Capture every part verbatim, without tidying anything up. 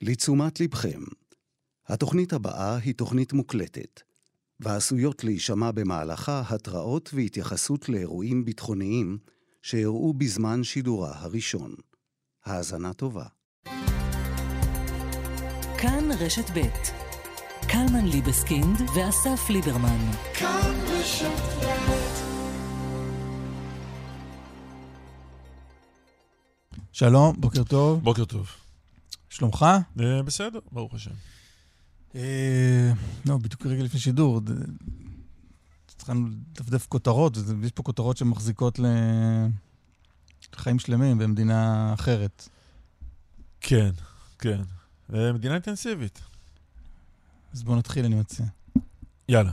לתשומת לבכם. התוכנית הבאה היא תוכנית מוקלטת, ועשויות להישמע במהלכה התראות והתייחסות לאירועים ביטחוניים שאירעו בזמן שידורה הראשון. האזנה טובה. כאן רשת ב' קלמן ליבסקינד ואסף ליברמן. כאן רשת ב'. שלום, בוקר טוב. בוקר טוב. שלומך? בסדר, ברוך השם. לא, בדיוק רגע לפני שידור, צריכים לדפדף כותרות, יש פה כותרות שמחזיקות לחיים שלמים במדינה אחרת. כן, כן. מדינה אינטנסיבית. אז בואו נתחיל, אני מציע. יאללה.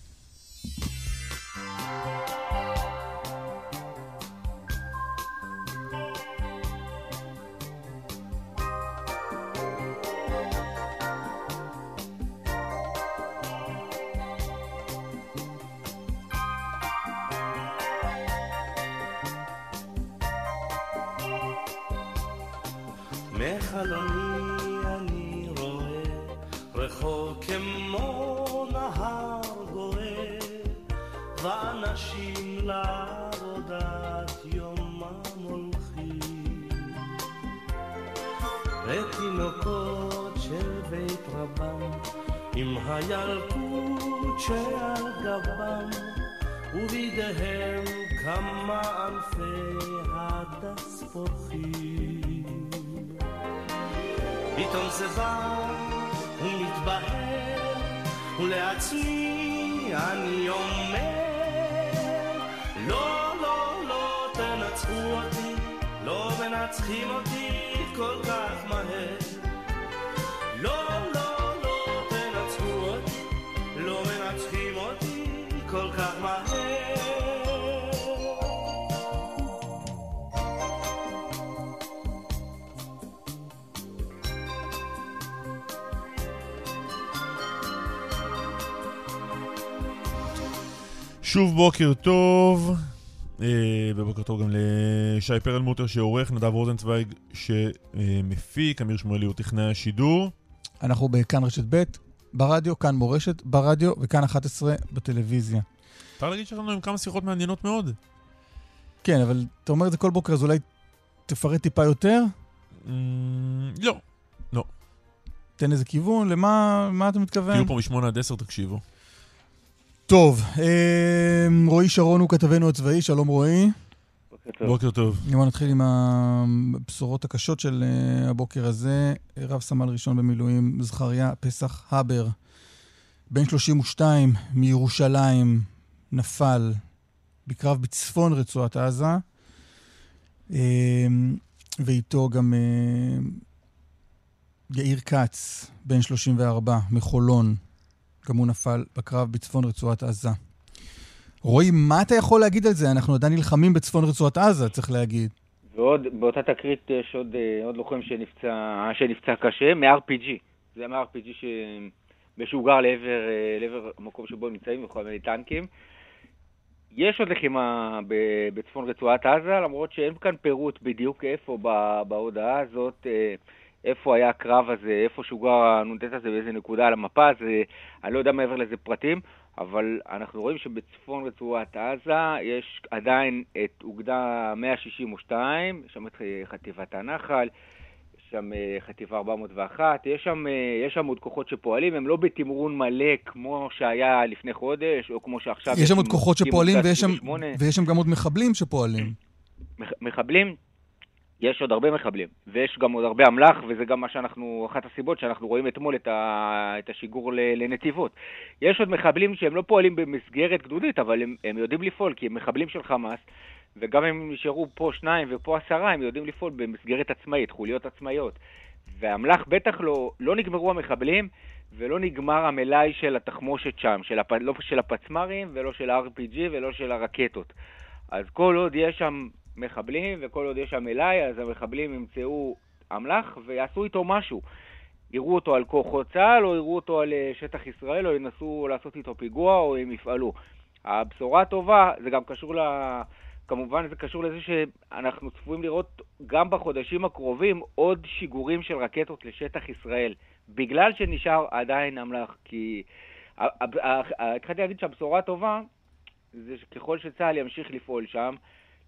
מחלוני אני רואה רחוק כמו נהר גואה ואנשים לעבודת יומם הולכים ותינוקות של בית רבם עם הילקוט שעל גבם ובידיהם כמה ענפי הדס פורחים פתאום זה בא ומתבהר ולעצמי אני אומר לא, לא, לא תנצחו אותי לא מנצחים אותי כל כך מהר לא, לא, לא תנצחו אותי לא מנצחים אותי כל כך מהר שוב בוקר טוב, ובוקר טוב גם לשי פרלמוטר שעורך, נדב רוזנצוויג שמפיק, אמיר שמואלי הוא טכנאי השידור. אנחנו בכאן רשת ב' ברדיו, כאן מורשת ברדיו וכאן אחת עשרה בטלוויזיה. אפשר להגיד שיש לנו עם כמה שיחות מעניינות מאוד. כן, אבל אתה אומר את זה כל בוקר, אז אולי תפרט טיפה יותר? לא, לא. תן איזה כיוון, למה מה אתה מתכוון? תהיו פה משמונה עד עשר, תקשיבו. טוב, רועי שרון הוא כתבנו הצבאי, שלום רועי. בוקר טוב. בוקר טוב. בואו נתחיל עם הבשורות הקשות של הבוקר הזה. רב סמל ראשון במילואים, זכריה פסח הבר, בן שלושים ושתיים מירושלים, נפל בקרב בצפון רצועת עזה, ואיתו גם יאיר קץ, בן שלושים וארבע, מחולון, גם הוא נפל בקרב בצפון רצועת עזה. רועי, מה אתה יכול להגיד על זה? אנחנו עדיין נלחמים בצפון רצועת עזה, צריך להגיד. ועוד, באותה תקרית יש עוד, עוד לוחם שנפצע, שנפצע קשה, מ-אר פי ג'י. זה מה-אר פי ג'י שמשוגר לעבר, לעבר המקום שבו נמצאים, בכל טנקים. יש עוד לחימה בצפון רצועת עזה, למרות שאין כאן פירוט בדיוק איפה בהודעה הזאת, איפה היה הקרב הזה, איפה שוגר הנונטט הזה, באיזה נקודה על המפה, זה, אני לא יודע מעבר לזה פרטים, אבל אנחנו רואים שבצפון רצועת עזה יש עדיין את אוגדה מאה שישים ושתיים, יש שם את חטיבת הנחל, יש שם חטיבה ארבע מאות ואחת, יש שם, יש שם עוד כוחות שפועלים, הם לא בתמרון מלא כמו שהיה לפני חודש, או כמו שעכשיו... יש שם עוד כוחות שפועלים ויש שם, ויש שם גם עוד מחבלים שפועלים. מחבלים? יש עוד הרבה מחבלים, ויש גם עוד הרבה אמל"ח, וזה גם מה שאנחנו, אחת הסיבות שאנחנו רואים אתמול את, ה, את השיגור לנתיבות. יש עוד מחבלים שהם לא פועלים במסגרת גדודית, אבל הם, הם יודעים לפעול, כי הם מחבלים של חמאס, וגם הם נשארו פה שניים ופה עשרה, הם יודעים לפעול במסגרת עצמאית, חוליות עצמאיות. והאמל"ח בטח לא, לא נגמרו המחבלים, ולא נגמר המלאי של התחמושת שם, של הפ, לא של הפצמרים, ולא של ה-אר פי ג'י, ולא של הרקטות. אז כל עוד יש שם מחבלים, וכל עוד יש שם מלאי, אז המחבלים ימצאו אמל"ח ויעשו איתו משהו. יראו אותו על כוחות צה"ל, או יראו אותו על שטח ישראל, או ינסו לעשות איתו פיגוע, או הם יפעלו. הבשורה הטובה, זה גם קשור כמובן זה קשור לזה שאנחנו צפויים לראות גם בחודשים הקרובים עוד שיגורים של רקטות לשטח ישראל, בגלל שנשאר עדיין אמל"ח, כי התחלתי להגיד שהבשורה הטובה זה שככל שצה"ל ימשיך לפעול שם,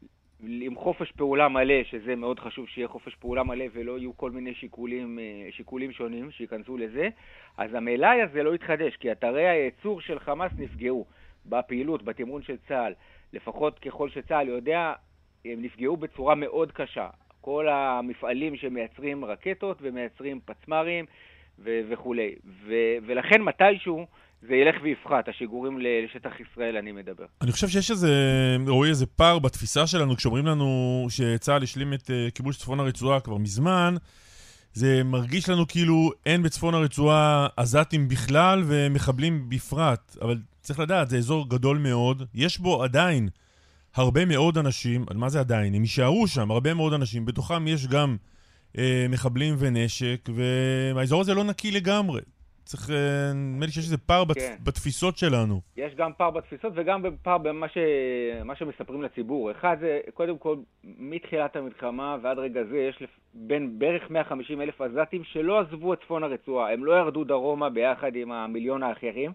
עם חופש פעולה מלא, שזה מאוד חשוב שיהיה חופש פעולה מלא ולא יהיו כל מיני שיקולים, שיקולים שונים שיכנסו לזה, אז המלאי הזה לא יתחדש, כי אתרי הייצור של חמאס נפגעו בפעילות, בתמרון של צה"ל, לפחות ככל שצה"ל יודע, הם נפגעו בצורה מאוד קשה. כל המפעלים שמייצרים רקטות ומייצרים פצמרים ו- וכו'. ו- ולכן מתישהו זה ילך ויפחת, השיגורים לשטח ישראל אני מדבר. אני חושב שיש איזה, רואי איזה פער בתפיסה שלנו, כשאומרים לנו שצה"ל השלים את uh, כיבוש צפון הרצועה כבר מזמן, זה מרגיש לנו כאילו אין בצפון הרצועה עזתים בכלל ומחבלים בפרט, אבל צריך לדעת, זה אזור גדול מאוד, יש בו עדיין הרבה מאוד אנשים, על מה זה עדיין? הם יישארו שם, הרבה מאוד אנשים, בתוכם יש גם אה, מחבלים ונשק, והאזור הזה לא נקי לגמרי. צריך, נדמה לי שיש איזה פער כן. בת, בתפיסות שלנו. יש גם פער בתפיסות וגם פער במה ש, מה שמספרים לציבור. אחד זה, קודם כל, מתחילת המלחמה ועד רגע זה, יש לפ... בין בערך מאה וחמישים אלף עזתים שלא עזבו את צפון הרצועה. הם לא ירדו דרומה ביחד עם המיליון האחרים,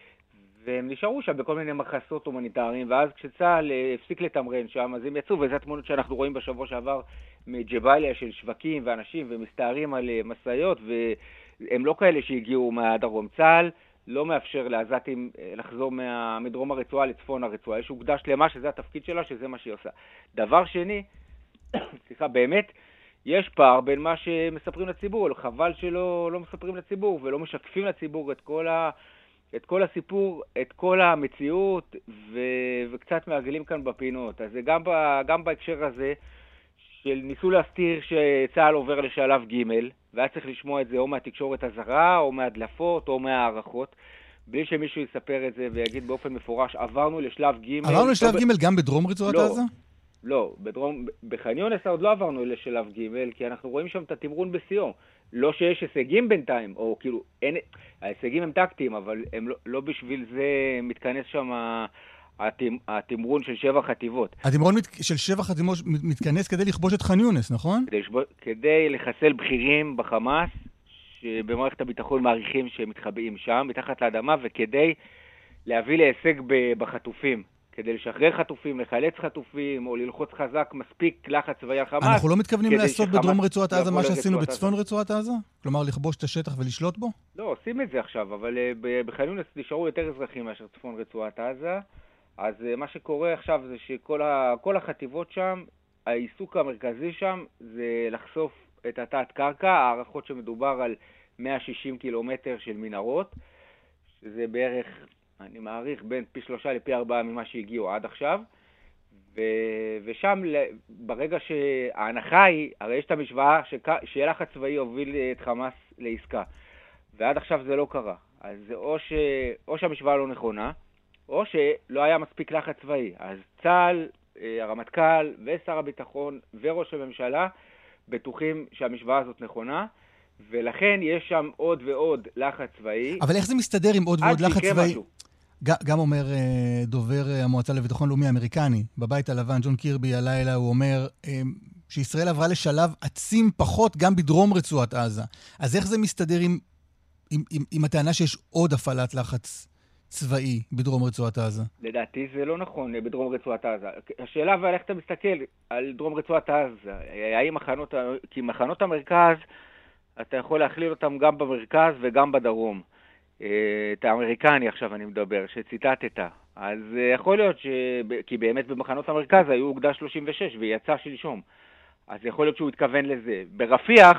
והם נשארו שם בכל מיני מחסות הומניטריים, ואז כשצה"ל הפסיק לתמרן שם, אז הם יצאו, וזה התמונות שאנחנו רואים בשבוע שעבר מג'באליה של שווקים ואנשים, ומסתערים על מסעיות, והם לא כאלה שהגיעו מהדרום. צה"ל לא מאפשר לעזתים לחזור מדרום הרצועה לצפון הרצועה. יש אוגדה שלמה שזה התפקיד שלה, שזה מה שהיא עושה. דבר שני, סליחה, באמת, יש פער בין מה שמספרים לציבור, חבל שלא לא מספרים לציבור, ולא משקפים לציבור את כל ה... את כל הסיפור, את כל המציאות, ו... וקצת מעגלים כאן בפינות. אז זה גם, ב... גם בהקשר הזה, של ניסו להסתיר שצה"ל עובר לשלב ג' והיה צריך לשמוע את זה או מהתקשורת הזרה, או מהדלפות, או מהערכות, בלי שמישהו יספר את זה ויגיד באופן מפורש, עברנו לשלב ג'. עברנו לשלב ג' ב... גם בדרום רצועת לא, עזה? לא, בדרום, בח'אן יונס עוד לא עברנו לשלב ג', כי אנחנו רואים שם את התמרון בסיום. לא שיש הישגים בינתיים, או כאילו, אין, ההישגים הם טקטיים, אבל הם לא, לא בשביל זה מתכנס שם התמרון של שבע חטיבות. התמרון של שבע חטיבות מתכנס כדי לכבוש את ח'אן יונס, נכון? כדי, כדי לחסל בכירים בחמאס, שבמערכת הביטחון מעריכים שהם מתחבאים שם, מתחת לאדמה, וכדי להביא להישג בחטופים. כדי לשחרר חטופים, לחלץ חטופים, או ללחוץ חזק מספיק לחץ צבאי על חמאס. אנחנו לא מתכוונים לעשות בדרום רצועת עזה מה שעשינו בצפון רצועת עזה? כלומר, לכבוש את השטח ולשלוט בו? לא, עושים את זה עכשיו, אבל בח'אן יונס נשארו יותר אזרחים מאשר צפון רצועת עזה. אז מה שקורה עכשיו זה שכל החטיבות שם, העיסוק המרכזי שם זה לחשוף את התת קרקע, הערכות שמדובר על מאה ושישים קילומטר של מנהרות, שזה בערך... אני מעריך בין פי שלושה לפי ארבעה ממה שהגיעו עד עכשיו, ו... ושם ברגע שההנחה היא, הרי יש את המשוואה שלחץ צבאי הוביל את חמאס לעסקה, ועד עכשיו זה לא קרה. אז או, ש... או שהמשוואה לא נכונה, או שלא היה מספיק לחץ צבאי. אז צה"ל, הרמטכ"ל ושר הביטחון וראש הממשלה בטוחים שהמשוואה הזאת נכונה, ולכן יש שם עוד ועוד לחץ צבאי. אבל איך זה מסתדר עם עוד ועוד לחץ צבאי? גם אומר דובר המועצה לביטחון לאומי האמריקני, בבית הלבן, ג'ון קירבי הלילה, הוא אומר שישראל עברה לשלב עצים פחות גם בדרום רצועת עזה. אז איך זה מסתדר עם, עם, עם, עם הטענה שיש עוד הפעלת לחץ צבאי בדרום רצועת עזה? לדעתי זה לא נכון בדרום רצועת עזה. השאלה ועל איך אתה מסתכל על דרום רצועת עזה, האם מחנות, כי מחנות המרכז, אתה יכול להכליל אותם גם במרכז וגם בדרום. את האמריקני עכשיו אני מדבר, שציטטת. אז יכול להיות ש... כי באמת במחנות המרכז היו אוגדה שלושים ושש ויצא שלשום. אז יכול להיות שהוא התכוון לזה. ברפיח,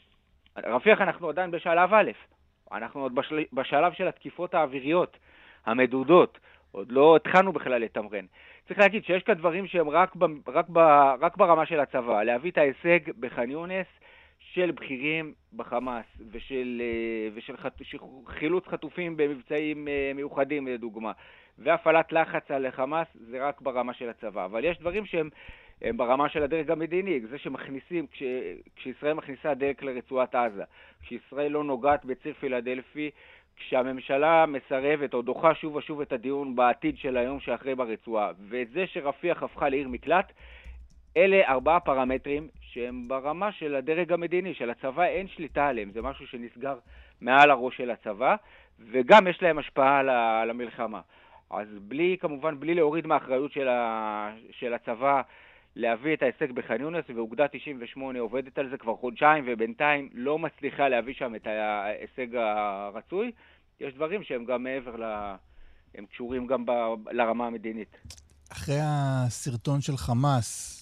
רפיח אנחנו עדיין בשלב א', אנחנו עוד בשל... בשלב של התקיפות האוויריות, המדודות. עוד לא התחלנו בכלל לתמרן. צריך להגיד שיש כאן דברים שהם רק, ב... רק, ב... רק ברמה של הצבא. להביא את ההישג בח'אן יונס, של בכירים בחמאס ושל, ושל חילוץ חטופים במבצעים מיוחדים לדוגמה, והפעלת לחץ על חמאס זה רק ברמה של הצבא. אבל יש דברים שהם ברמה של הדרג המדיני, זה שמכניסים, כש, כשישראל מכניסה דלק לרצועת עזה, כשישראל לא נוגעת בציר פילדלפי, כשהממשלה מסרבת או דוחה שוב ושוב את הדיון בעתיד של היום שאחרי ברצועה, ואת זה שרפיח הפכה לעיר מקלט, אלה ארבעה פרמטרים שהם ברמה של הדרג המדיני, של הצבא אין שליטה עליהם, זה משהו שנסגר מעל הראש של הצבא, וגם יש להם השפעה על המלחמה. אז בלי, כמובן, בלי להוריד מהאחריות של, ה, של הצבא להביא את ההישג בח'אן יונס, ואוגדה תשעים ושמונה עובדת על זה כבר חודשיים, ובינתיים לא מצליחה להביא שם את ההישג הרצוי. יש דברים שהם גם מעבר ל... הם קשורים גם ב... לרמה המדינית. אחרי הסרטון של חמאס,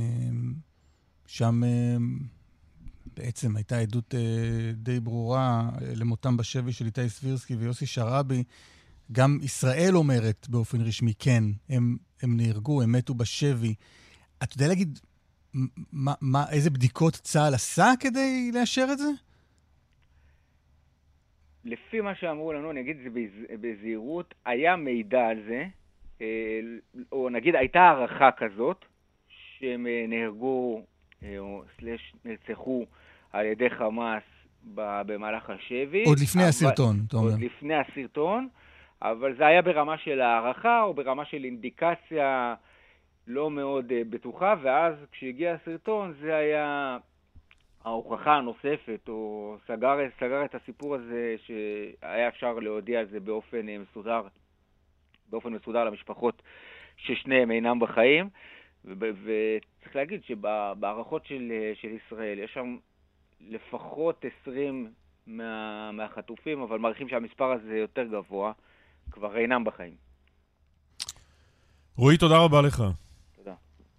שם בעצם הייתה עדות די ברורה למותם בשבי של איתי סבירסקי ויוסי שרבי. גם ישראל אומרת באופן רשמי, כן, הם, הם נהרגו, הם מתו בשבי. אתה יודע להגיד מה, מה, איזה בדיקות צה"ל עשה כדי לאשר את זה? לפי מה שאמרו לנו, אני אגיד את זה בזהירות, היה מידע על זה, או נגיד הייתה הערכה כזאת, שהם נהרגו או סלש נרצחו על ידי חמאס במהלך השבי. עוד לפני אבל, הסרטון, אתה אומר. עוד לפני הסרטון, אבל זה היה ברמה של הערכה או ברמה של אינדיקציה לא מאוד בטוחה, ואז כשהגיע הסרטון זה היה ההוכחה הנוספת, או סגר, סגר את הסיפור הזה שהיה אפשר להודיע על זה באופן מסודר, באופן מסודר למשפחות ששניהם אינם בחיים, וצריך להגיד שבערכות של, של ישראל יש שם לפחות עשרים מה, מהחטופים, אבל מעריכים שהמספר הזה יותר גבוה, כבר אינם בחיים. רועי, תודה רבה לך. תודה.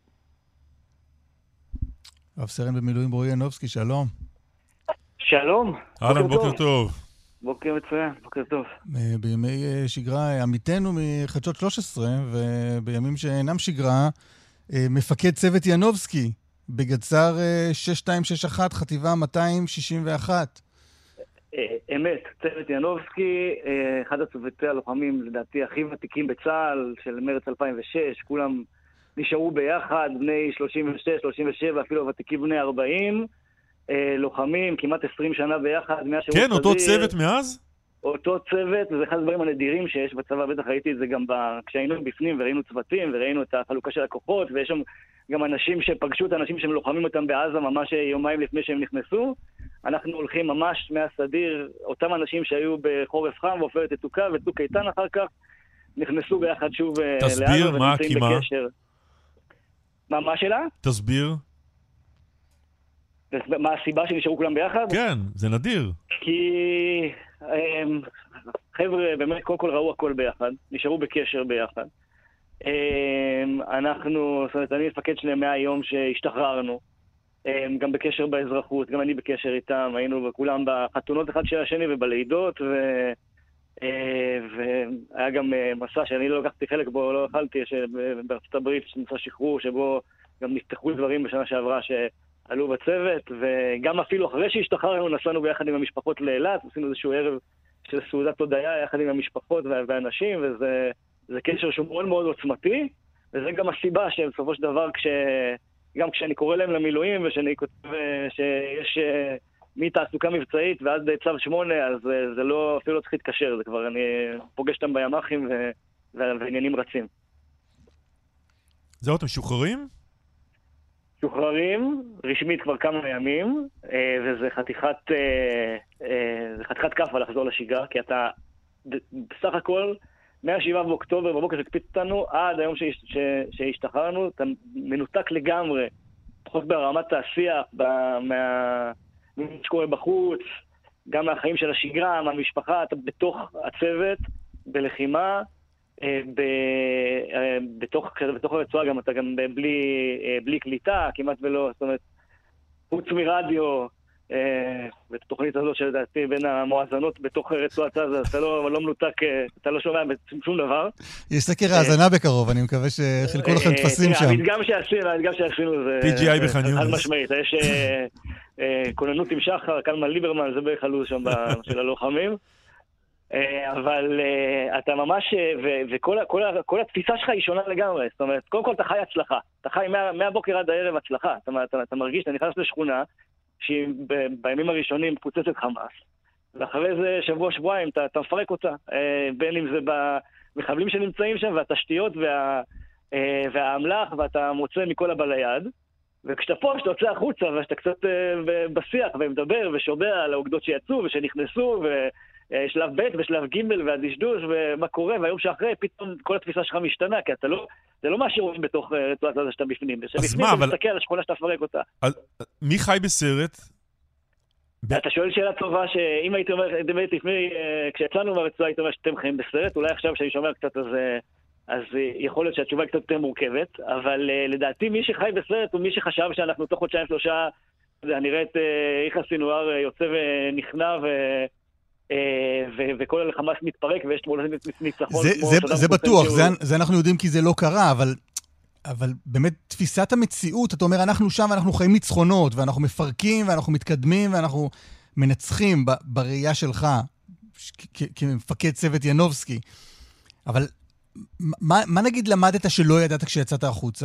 רב סרן במילואים רועי ינובסקי, שלום. שלום. אהלן, בוקר טוב. בוקר מצוין, בוקר טוב. בימי שגרה, עמיתנו מחדשות שלוש עשרה, ובימים שאינם שגרה, מפקד צוות ינובסקי, בגצר שש שתיים שש אחת, חטיבה מאתיים שישים ואחת. אמת, צוות ינובסקי, אחד הצוותי הלוחמים, לדעתי, הכי ותיקים בצה"ל, של מרץ אלפיים ושש, כולם נשארו ביחד, בני שלושים ושש, שלושים ושבע, אפילו ותיקים בני ארבעים, לוחמים, כמעט עשרים שנה ביחד, מהשירות כן, אותו צוות מאז? אותו צוות, וזה אחד הדברים הנדירים שיש בצבא, בטח ראיתי את זה גם כשהיינו בפנים, וראינו צוותים, וראינו את החלוקה של הכוחות, ויש שם גם אנשים שפגשו את האנשים שהם לוחמים אותם בעזה ממש יומיים לפני שהם נכנסו. אנחנו הולכים ממש מהסדיר, אותם אנשים שהיו בחורף חם ועופרת יצוקה וצוק איתן אחר כך, נכנסו ביחד שוב לעזה. תסביר מה הקימה. מה, מה השאלה? תסביר. מה הסיבה שנשארו כולם ביחד? כן, זה נדיר. כי חבר'ה באמת קודם כל ראו הכל ביחד, נשארו בקשר ביחד. אנחנו, זאת אומרת, אני מפקד שלהם מהיום שהשתחררנו, גם בקשר באזרחות, גם אני בקשר איתם, היינו כולם בחתונות אחד של השני ובלידות, ו... והיה גם מסע שאני לא לקחתי חלק בו, לא אכלתי, בארצות הברית מסע שחרור, שבו גם נפתחו דברים בשנה שעברה שעלו בצוות, וגם אפילו אחרי שהשתחררנו נסענו ביחד עם המשפחות לאילת, עשינו איזשהו ערב של סעודת הודיה יחד עם המשפחות והאנשים, וזה זה קשר שהוא מאוד מאוד עוצמתי, וזה גם הסיבה שבסופו של דבר, כש... גם כשאני קורא להם למילואים, ושאני כותב שיש מתעסוקה מבצעית ועד צו שמונה, אז זה לא, אפילו לא צריך להתקשר, זה כבר, אני פוגש אותם בימ"חים ו... ועניינים רצים. זהו, אתם משוחררים? משוחררים, רשמית כבר כמה ימים, וזה חתיכת, זה חתיכת כפה לחזור לשגרה, כי אתה בסך הכל, מהשבעה באוקטובר בבוקר שהקפיץ אותנו, עד היום שהשתחררנו, אתה מנותק לגמרי, פחות ברמת השיח, מה שקורה בחוץ, גם מהחיים של השגרה, מהמשפחה, אתה בתוך הצוות, בלחימה, בתוך, בתוך הרצועה גם אתה גם בלי, בלי קליטה, כמעט ולא, זאת אומרת, חוץ מרדיו, ואת התוכנית הזאת שלדעתי בין המואזנות בתוך רצועת עזה, אתה לא, לא מנותק, אתה לא שומע שום דבר. יש סקר האזנה בקרוב, אני מקווה שחילקו לכם תפסים שם. המדגם שעשינו, המדגם שעשינו זה... פי ג'י איי בח'אן יונס. חד משמעית, יש כוננות עם שחר, קלמן ליברמן, זה בערך הלו"ז שם של הלוחמים. אבל אתה ממש, וכל התפיסה שלך היא שונה לגמרי, זאת אומרת, קודם כל אתה חי הצלחה, אתה חי מהבוקר עד הערב הצלחה, אתה מרגיש, אתה נכנס לשכונה, שהיא בימים הראשונים פוצצת חמאס, ואחרי זה שבוע, שבועיים, אתה, אתה מפרק אותה. בין אם זה במחבלים שנמצאים שם, והתשתיות וה, והאמל"ח, ואתה מוצא מכל הבא ליד. וכשאתה פה, כשאתה יוצא החוצה, ושאתה קצת בשיח, ומדבר ושובר על האוגדות שיצאו ושנכנסו, ושלב ב' ושלב ג' והדשדוש, ומה קורה, והיום שאחרי, פתאום כל התפיסה שלך משתנה, כי אתה לא, זה לא מה שרואים בתוך רצועת עזה שאתה בפנים. אז מה, אבל... אתה מסתכל על השכונה שאתה מפרק אותה. מי חי בסרט? אתה שואל שאלה טובה, שאם הייתי אומר, לפני, כשיצאנו מהרצועה, הייתי אומר שאתם חיים בסרט, אולי עכשיו שאני שומע קצת אז... אז יכול להיות שהתשובה היא קצת יותר מורכבת, אבל uh, לדעתי מי שחי בסרט הוא מי שחשב שאנחנו תוך חודשיים שלושה, נראה את יחיא סינואר יוצא ונכנע ו... וכל החמאס מתפרק ויש תמונות ניצחון. זה בטוח, זה אנחנו יודעים כי זה לא קרה, אבל באמת תפיסת המציאות, אתה אומר אנחנו שם ואנחנו חיים ניצחונות, ואנחנו מפרקים ואנחנו מתקדמים ואנחנו מנצחים בראייה שלך, כמפקד צוות ינובסקי. אבל מה, מה נגיד למדת שלא ידעת כשיצאת החוצה?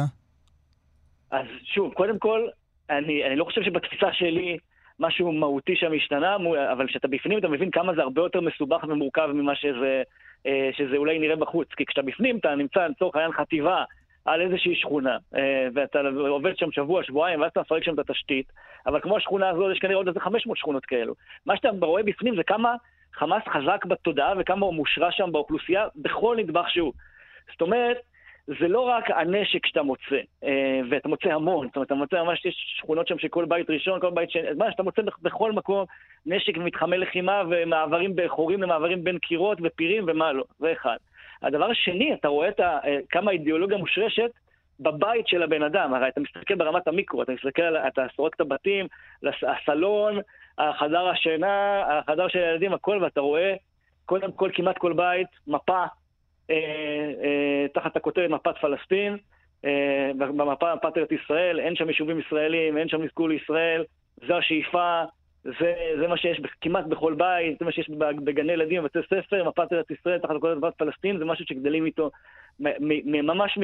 אז שוב, קודם כל, אני, אני לא חושב שבתפיסה שלי משהו מהותי שם השתנה, אבל כשאתה בפנים אתה מבין כמה זה הרבה יותר מסובך ומורכב ממה שזה, שזה אולי נראה בחוץ. כי כשאתה בפנים אתה נמצא לצורך העניין חטיבה על איזושהי שכונה, ואתה עובד שם שבוע, שבועיים, ואז אתה מפרק שם את התשתית, אבל כמו השכונה הזאת יש כנראה עוד איזה חמש מאות שכונות כאלו. מה שאתה רואה בפנים זה כמה חמאס חזק בתודעה וכמה הוא מושרה שם באוכלוסייה בכל נדבך שהוא. זאת אומרת, זה לא רק הנשק שאתה מוצא, ואתה מוצא המון, זאת אומרת, אתה מוצא ממש, יש שכונות שם שכל בית ראשון, כל בית שני, מה שאתה מוצא בכל מקום נשק ומתחמי לחימה ומעברים בחורים למעברים בין קירות ופירים ומה לא, זה אחד. הדבר השני, אתה רואה את ה, כמה האידיאולוגיה מושרשת בבית של הבן אדם, הרי אתה מסתכל ברמת המיקרו, אתה מסתכל, אתה סורק את הבתים, הסלון, החדר השינה, החדר של הילדים, הכל, ואתה רואה קודם כל כמעט כל בית, מפה, אה, אה, תחת הכותרת מפת פלסטין, אה, במפה מפת ארץ ישראל, אין שם יישובים ישראלים, אין שם נזכור לישראל, זו השאיפה, זה, זה מה שיש כמעט בכל בית, זה מה שיש בגני ילדים, בבתי ספר, מפת ארץ ישראל, תחת הכותרת מפת פלסטין, זה משהו שגדלים איתו ממש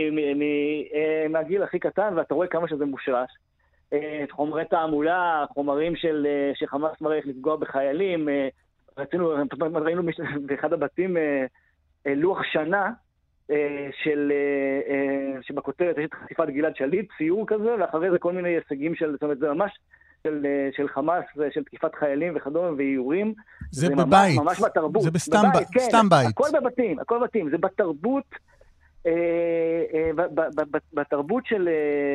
מהגיל הכי קטן, ואתה רואה כמה שזה מושרש. חומרי תעמולה, חומרים של שחמאס מראה איך לפגוע בחיילים, רצינו, ראינו באחד הבתים לוח שנה של, שבכותרת יש את חטיפת גלעד שליט, ציור כזה, ואחרי זה כל מיני הישגים של, זאת אומרת, זה ממש של, של חמאס, של תקיפת חיילים וכדומה ואיורים. זה, זה בבית. ממש, ממש בתרבות. זה בסתם בבית, כן, סתם בית. הכל בבתים, הכל בבתים. זה בתרבות, בתרבות של,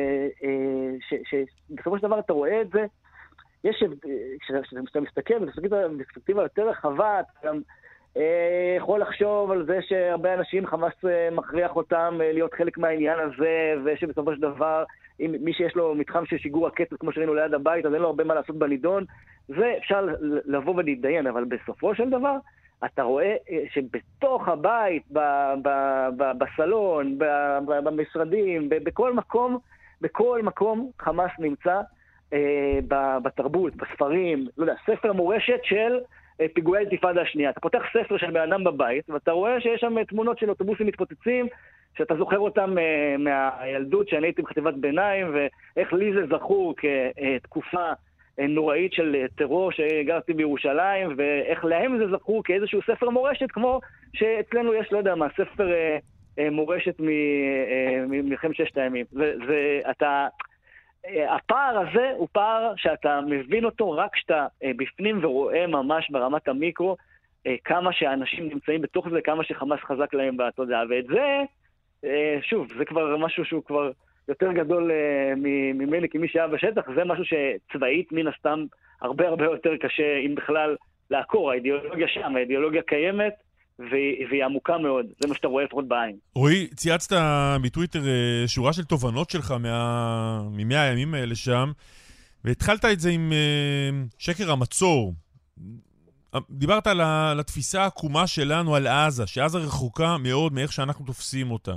שבסופו של דבר אתה רואה את זה, יש, כשאתה מסתכל, בפרספקטיבה יותר רחבה, אתה גם יכול לחשוב על זה שהרבה אנשים חמאס מכריח אותם להיות חלק מהעניין הזה, ושבסופו של דבר, אם מי שיש לו מתחם של שיגור הקצת, כמו שראינו ליד הבית, אז אין לו הרבה מה לעשות בנידון, זה אפשר לבוא ולהתדיין, אבל בסופו של דבר, אתה רואה שבתוך הבית, ב- ב- ב- בסלון, ב- ב- במשרדים, ב- בכל מקום, בכל מקום חמאס נמצא אה, ב- בתרבות, בספרים, לא יודע, ספר מורשת של אה, פיגועי האינתיפאדה השנייה. אתה פותח ספר של בן אדם בבית, ואתה רואה שיש שם תמונות של אוטובוסים מתפוצצים, שאתה זוכר אותם אה, מהילדות, שאני הייתי בחטיבת ביניים, ואיך לי זה זכור כתקופה נוראית של טרור שגרתי בירושלים, ואיך להם זה זכור כאיזשהו ספר מורשת, כמו שאצלנו יש, לא יודע מה, ספר אה, אה, מורשת ממלחמת ששת הימים. זה, אתה, אה, הפער הזה הוא פער שאתה מבין אותו רק כשאתה אה, בפנים ורואה ממש ברמת המיקרו, אה, כמה שאנשים נמצאים בתוך זה, כמה שחמאס חזק להם בתודעה. ואת זה, אה, שוב, זה כבר משהו שהוא כבר יותר גדול uh, ממני כמי שהיה בשטח, זה משהו שצבאית מן הסתם הרבה הרבה יותר קשה, אם בכלל, לעקור. האידיאולוגיה שם, האידיאולוגיה קיימת, והיא, והיא עמוקה מאוד. זה מה שאתה רואה לפחות בעין. רועי, צייצת בטוויטר שורה של תובנות שלך מה... ממאה הימים האלה שם, והתחלת את זה עם uh, שקר המצור. דיברת על התפיסה העקומה שלנו על עזה, שעזה רחוקה מאוד מאיך שאנחנו תופסים אותה.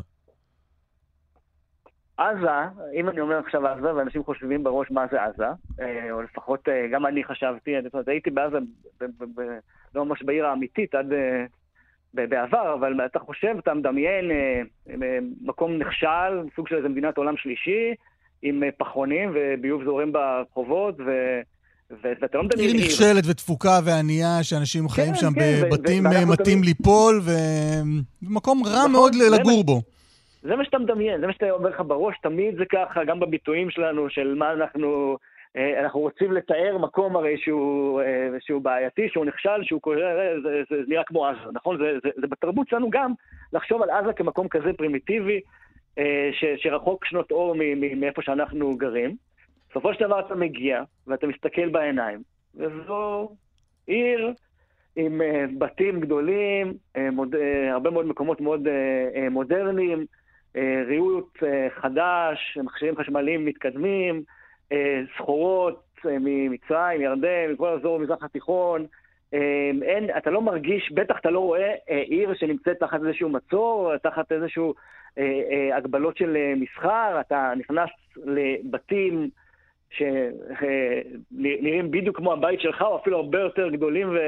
עזה, אם אני אומר עכשיו עזה, ואנשים חושבים בראש מה זה עזה, או לפחות גם אני חשבתי, אני חושבת, הייתי בעזה, לא ממש בעיר האמיתית עד בעבר, אבל אתה חושב, אתה מדמיין מקום נכשל, סוג של איזה מדינת עולם שלישי, עם פחונים וביוב זורם ברחובות, ואתה לא מדמיין עיר נכשלת ותפוקה וענייה, שאנשים חיים שם בבתים מתים ליפול, ומקום רע מאוד לגור בו. זה מה שאתה מדמיין, זה מה שאתה אומר לך בראש, תמיד זה ככה, גם בביטויים שלנו, של מה אנחנו, אנחנו רוצים לתאר מקום הרי שהוא, שהוא בעייתי, שהוא נכשל, שהוא קורא, זה, זה, זה נראה כמו עזה, נכון? זה, זה, זה בתרבות שלנו גם לחשוב על עזה כמקום כזה פרימיטיבי, ש, שרחוק שנות אור מאיפה שאנחנו גרים. בסופו של דבר אתה מגיע, ואתה מסתכל בעיניים, וזו עיר עם בתים גדולים, מוד, הרבה מאוד מקומות מאוד מודרניים, ריהוט חדש, מכשירים חשמליים מתקדמים, סחורות ממצרים, ירדן, מכל האזור במזרח התיכון. אין, אתה לא מרגיש, בטח אתה לא רואה עיר שנמצאת תחת איזשהו מצור, תחת איזשהו הגבלות של מסחר, אתה נכנס לבתים שנראים בדיוק כמו הבית שלך, או אפילו הרבה יותר גדולים ו...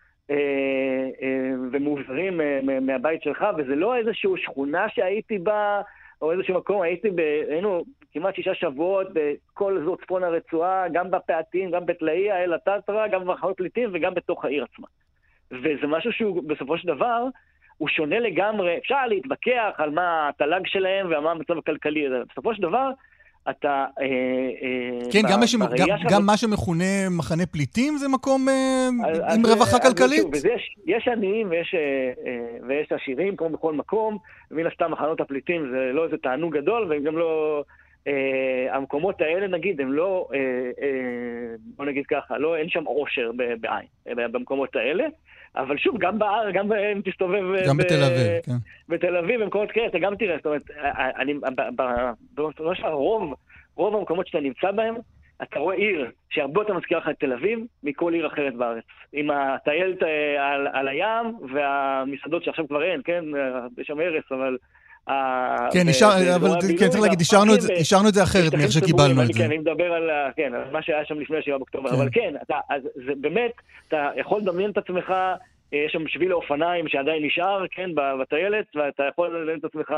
ומובזרים מהבית שלך, וזה לא איזשהו שכונה שהייתי בה, או איזשהו מקום, הייתי ב... היינו כמעט שישה שבועות בכל אזור צפון הרצועה, גם בפעתים, גם בתלאיה, אל הטטרה, גם במחנות פליטים, וגם בתוך העיר עצמה. וזה משהו שהוא בסופו של דבר, הוא שונה לגמרי, אפשר להתווכח על מה התל"ג שלהם ומה המצב הכלכלי, בסופו של דבר, אתה... כן, גם, ב- גם, גם, גם מה שמכונה מחנה פליטים זה מקום אז, עם אז, רווחה אז, כלכלית? אז יש, יש עניים ויש, ויש עשירים כמו בכל מקום, ומן הסתם מחנות הפליטים זה לא איזה תענוג גדול, והם גם לא... המקומות האלה נגיד, הם לא... בוא נגיד ככה, לא, אין שם עושר בעין, במקומות האלה, אבל שוב, גם באר, גם אם תסתובב... גם ב- בתל אביב, כן. בתל אביב, במקומות כאלה, אתה גם תראה, זאת אומרת, אני, בראש הרוב, רוב המקומות שאתה נמצא בהם, אתה רואה עיר שהרבה יותר מזכירה לך את תל אביב, מכל עיר אחרת בארץ. עם הטיילת על, על הים, והמסעדות שעכשיו כבר אין, כן? יש שם ערס, אבל... כן, אבל כן, צריך להגיד, השארנו את זה אחרת מאיך שקיבלנו את זה. כן, אני מדבר על מה שהיה שם לפני שבעה באוקטובר, אבל כן, זה באמת, אתה יכול לדמיין את עצמך, יש שם שביל האופניים שעדיין נשאר, כן, בטיילת, ואתה יכול לדמיין את עצמך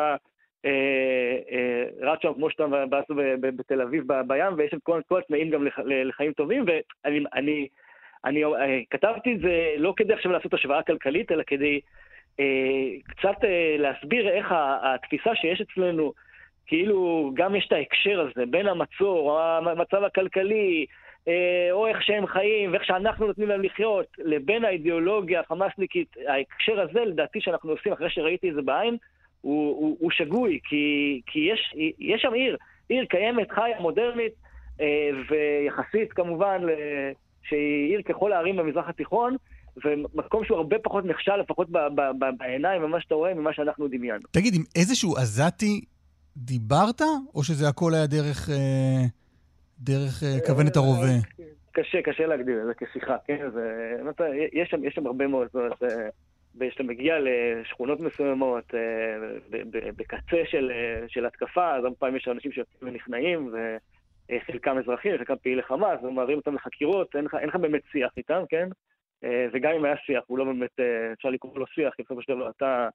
רץ שם כמו שאתה בעשו בתל אביב בים, ויש את כל התנאים גם לחיים טובים, ואני כתבתי את זה לא כדי עכשיו לעשות השוואה כלכלית, אלא כדי קצת להסביר איך התפיסה שיש אצלנו, כאילו גם יש את ההקשר הזה, בין המצור, המצב הכלכלי, או איך שהם חיים, ואיך שאנחנו נותנים להם לחיות, לבין האידיאולוגיה החמאסניקית, ההקשר הזה, לדעתי שאנחנו עושים, אחרי שראיתי את זה בעין, הוא, הוא, הוא שגוי, כי, כי יש, יש שם עיר, עיר קיימת, חיה, מודרנית, ויחסית כמובן, שהיא עיר ככל הערים במזרח התיכון, ומקום שהוא הרבה פחות נכשל, לפחות בעיניים, ממה שאתה רואה, ממה שאנחנו דמיינו. תגיד, עם איזשהו עזתי דיברת, או שזה הכל היה דרך, דרך כוונת הרובה? קשה, קשה להגדיר, זה כשיחה, כן? זה, יש שם, יש שם הרבה מאוד, זאת אומרת, כשאתה מגיע לשכונות מסוימות, בקצה של, של התקפה, אז הרבה פעמים יש אנשים שיוצאים ונכנעים, וחלקם אזרחים, חלקם פעילי חמאס, ומעבירים אותם לחקירות, אין לך, אין לך באמת שיח איתם, כן? וגם אם היה שיח, הוא לא באמת, אפשר לקרוא לו שיח, כי בסופו של דבר אתה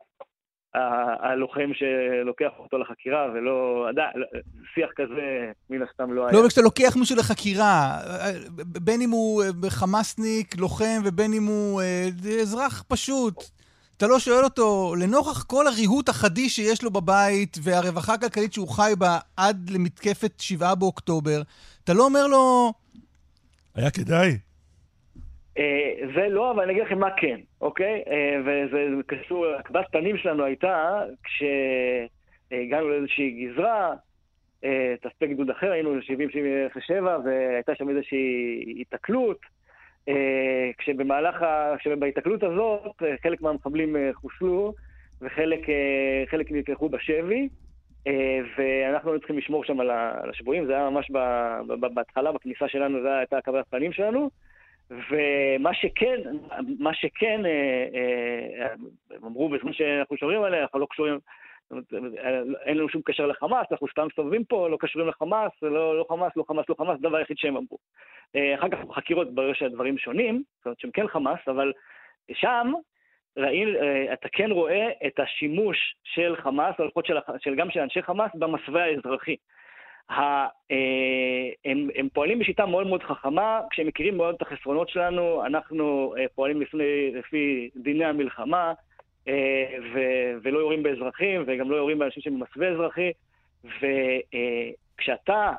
הלוחם שלוקח אותו לחקירה, ולא, שיח כזה מן הסתם לא היה. לא, אבל כשאתה לוקח מישהו לחקירה, בין אם הוא חמאסניק, לוחם, ובין אם הוא אזרח פשוט, אתה לא שואל אותו, לנוכח כל הריהוט החדיש שיש לו בבית, והרווחה הכלכלית שהוא חי בה עד למתקפת שבעה באוקטובר, אתה לא אומר לו... היה כדאי. זה לא, אבל אני אגיד לכם מה כן, אוקיי? וזה קשור, הקב"ס פנים שלנו הייתה, כשהגענו לאיזושהי גזרה, תספק גדוד אחר, היינו שבעים שבעים ושבע, והייתה שם איזושהי התקלות, כשבמהלך, כשבהתקלות הזאת, חלק מהמחבלים חוסלו, וחלק חלק נלקחו בשבי, ואנחנו צריכים לשמור שם על השבויים, זה היה ממש בהתחלה, בכניסה שלנו, זה הייתה הקב"ס פנים שלנו, ומה שכן, מה שכן, הם אמרו בזמן שאנחנו שומרים עליה, אנחנו לא קשורים, אין לנו שום קשר לחמאס, אנחנו סתם סובבים פה, לא קשורים לחמאס, לא, לא חמאס, לא חמאס, לא חמאס, דבר היחיד שהם אמרו. אחר כך בחקירות ברור שהדברים שונים, זאת אומרת שהם כן חמאס, אבל שם ראינו, אתה כן רואה את השימוש של חמאס, או לפחות של, של גם של אנשי חמאס, במסווה האזרחי. הם, הם פועלים בשיטה מאוד מאוד חכמה, כשהם מכירים מאוד את החסרונות שלנו, אנחנו פועלים לפני, לפי דיני המלחמה, ו, ולא יורים באזרחים, וגם לא יורים באנשים שמסווה אזרחי, וכשאתה,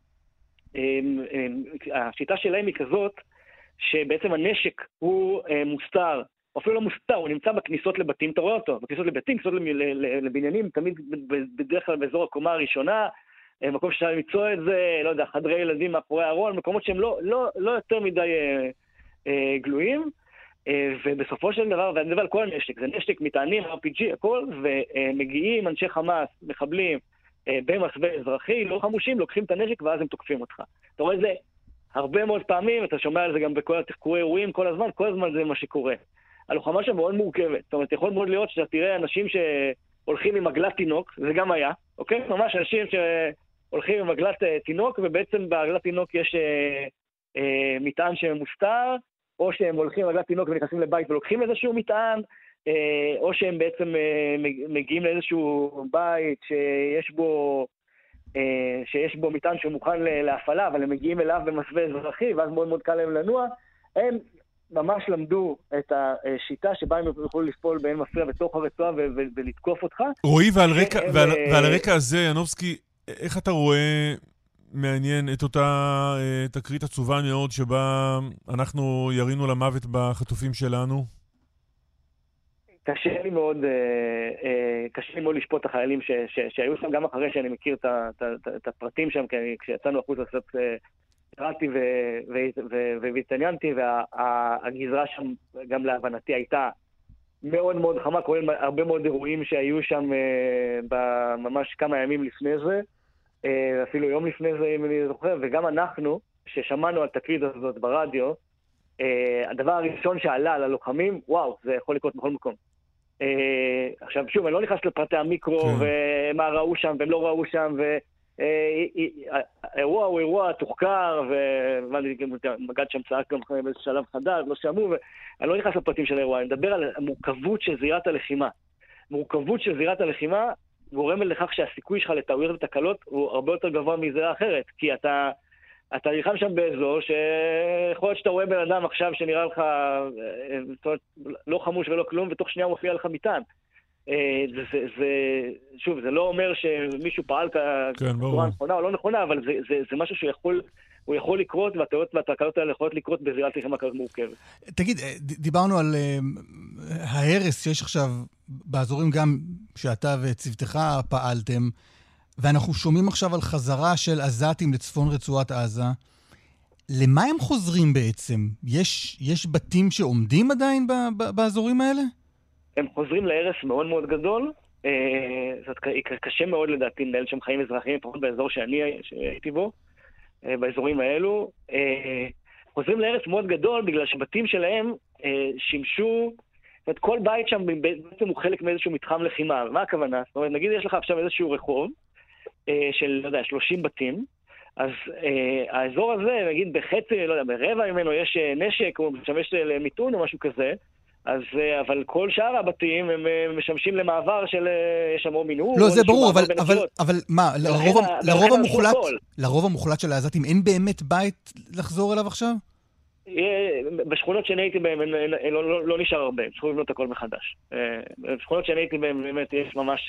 השיטה שלהם היא כזאת, שבעצם הנשק הוא מוסתר, אפילו לא מוסתר, הוא נמצא בכניסות לבתים, אתה רואה אותו, בכניסות לבתים, כניסות לבניינים, תמיד בדרך כלל באזור הקומה הראשונה, מקום שאפשר למצוא את זה, לא יודע, חדרי ילדים מאחורי הארון, מקומות שהם לא, לא, לא יותר מדי אה, אה, גלויים, אה, ובסופו של דבר, ואני מדבר על כל הנשק, זה נשק מטענים, אר פי ג'י, הכל, ומגיעים אנשי חמאס, מחבלים, אה, במסווה אזרחי, לא חמושים, לוקחים את הנשק ואז הם תוקפים אותך. אתה רואה את זה הרבה מאוד פעמים, אתה שומע על זה גם בכל התחקורי אירועים, כל הזמן, כל הזמן זה מה שקורה. הלוחמה שם מאוד מורכבת, זאת אומרת, יכול מאוד להיות שאתה תראה אנשים שהולכים עם עגלת תינוק, זה גם היה, אוקיי? ממש אנשים ש... הולכים עם עגלת תינוק, ובעצם בעגלת תינוק יש אה, אה, מטען שמוסתר, או שהם הולכים עם עגלת תינוק ונכנסים לבית ולוקחים איזשהו מטען, אה, או שהם בעצם אה, מגיעים לאיזשהו בית שיש בו, אה, שיש בו מטען שמוכן להפעלה, אבל הם מגיעים אליו במסווה אזרחי, ואז מאוד מאוד קל להם לנוע. הם ממש למדו את השיטה שבה הם יכולו לפעול באין מפריע בתוך הרצועה ולתקוף אותך. רועי, ועל רקע, ועל, ועל הרקע הזה, ינובסקי, איך אתה רואה, מעניין, את אותה תקרית עצובה מאוד שבה אנחנו ירינו למוות בחטופים שלנו? קשה לי מאוד, קשה לי מאוד לשפוט את החיילים ש, ש, שהיו שם, גם אחרי שאני מכיר את, את, את, את הפרטים שם, כי אני, כשיצאנו החוץ לעשות, קראתי והתעניינתי, והגזרה שם, גם להבנתי, הייתה מאוד מאוד חמה, כולל הרבה מאוד אירועים שהיו שם ממש כמה ימים לפני זה, אפילו יום לפני זה, אם אני זוכר, וגם אנחנו, ששמענו על תקרית הזאת ברדיו, הדבר הראשון שעלה על הלוחמים, וואו, זה יכול לקרות בכל מקום. עכשיו, שוב, אני לא נכנס לפרטי המיקרו, ומה ראו שם, והם לא ראו שם, האירוע הוא אירוע תוחקר, ומגד שם צעק גם באיזה שלב חדש, לא שמעו, ואני לא נכנס לפרטים של האירוע, אני מדבר על המורכבות של זירת הלחימה. מורכבות של זירת הלחימה גורמת לכך שהסיכוי שלך לטעויות ותקלות הוא הרבה יותר גבוה מזירה אחרת, כי אתה, אתה נלחם שם באזור שיכול להיות שאתה רואה בן אדם עכשיו שנראה לך לא חמוש ולא כלום, ותוך שנייה הוא מופיע לך מטען. זה, זה, זה, שוב, זה לא אומר שמישהו פעל כתורה נכונה או לא נכונה, אבל זה, זה, זה משהו שיכול, הוא יכול לקרות, והטעויות והתקלות האלה יכולות לקרות בזירת לחימה כזאת מורכבת. תגיד, דיברנו על ההרס שיש עכשיו באזורים גם שאתה וצוותך פעלתם, ואנחנו שומעים עכשיו על חזרה של עזתים לצפון רצועת עזה. למה הם חוזרים בעצם? יש, יש בתים שעומדים עדיין באזורים האלה? הם חוזרים להרס מאוד מאוד גדול, זאת קשה מאוד לדעתי לנהל שם חיים אזרחיים, פחות באזור שאני הייתי בו, באזורים האלו, חוזרים להרס מאוד גדול בגלל שבתים שלהם שימשו, זאת אומרת כל בית שם בעצם הוא חלק מאיזשהו מתחם לחימה, מה הכוונה? זאת אומרת נגיד יש לך עכשיו איזשהו רחוב של, לא יודע, שלושים בתים, אז האזור הזה, נגיד בחצי, לא יודע, ברבע ממנו יש נשק, הוא משמש למיתון או משהו כזה, אז, אבל כל שאר הבתים הם משמשים למעבר של, יש שם או מינור. לא, זה ברור, אבל, אבל, אבל מה, לרוב, לרוב המוחלט, לרוב המוחלט של העזתים אין באמת בית לחזור אליו עכשיו? בשכונות שאני הייתי בהם לא, לא, לא נשאר הרבה, צריכו לבנות הכל מחדש. בשכונות שאני הייתי בהם באמת יש ממש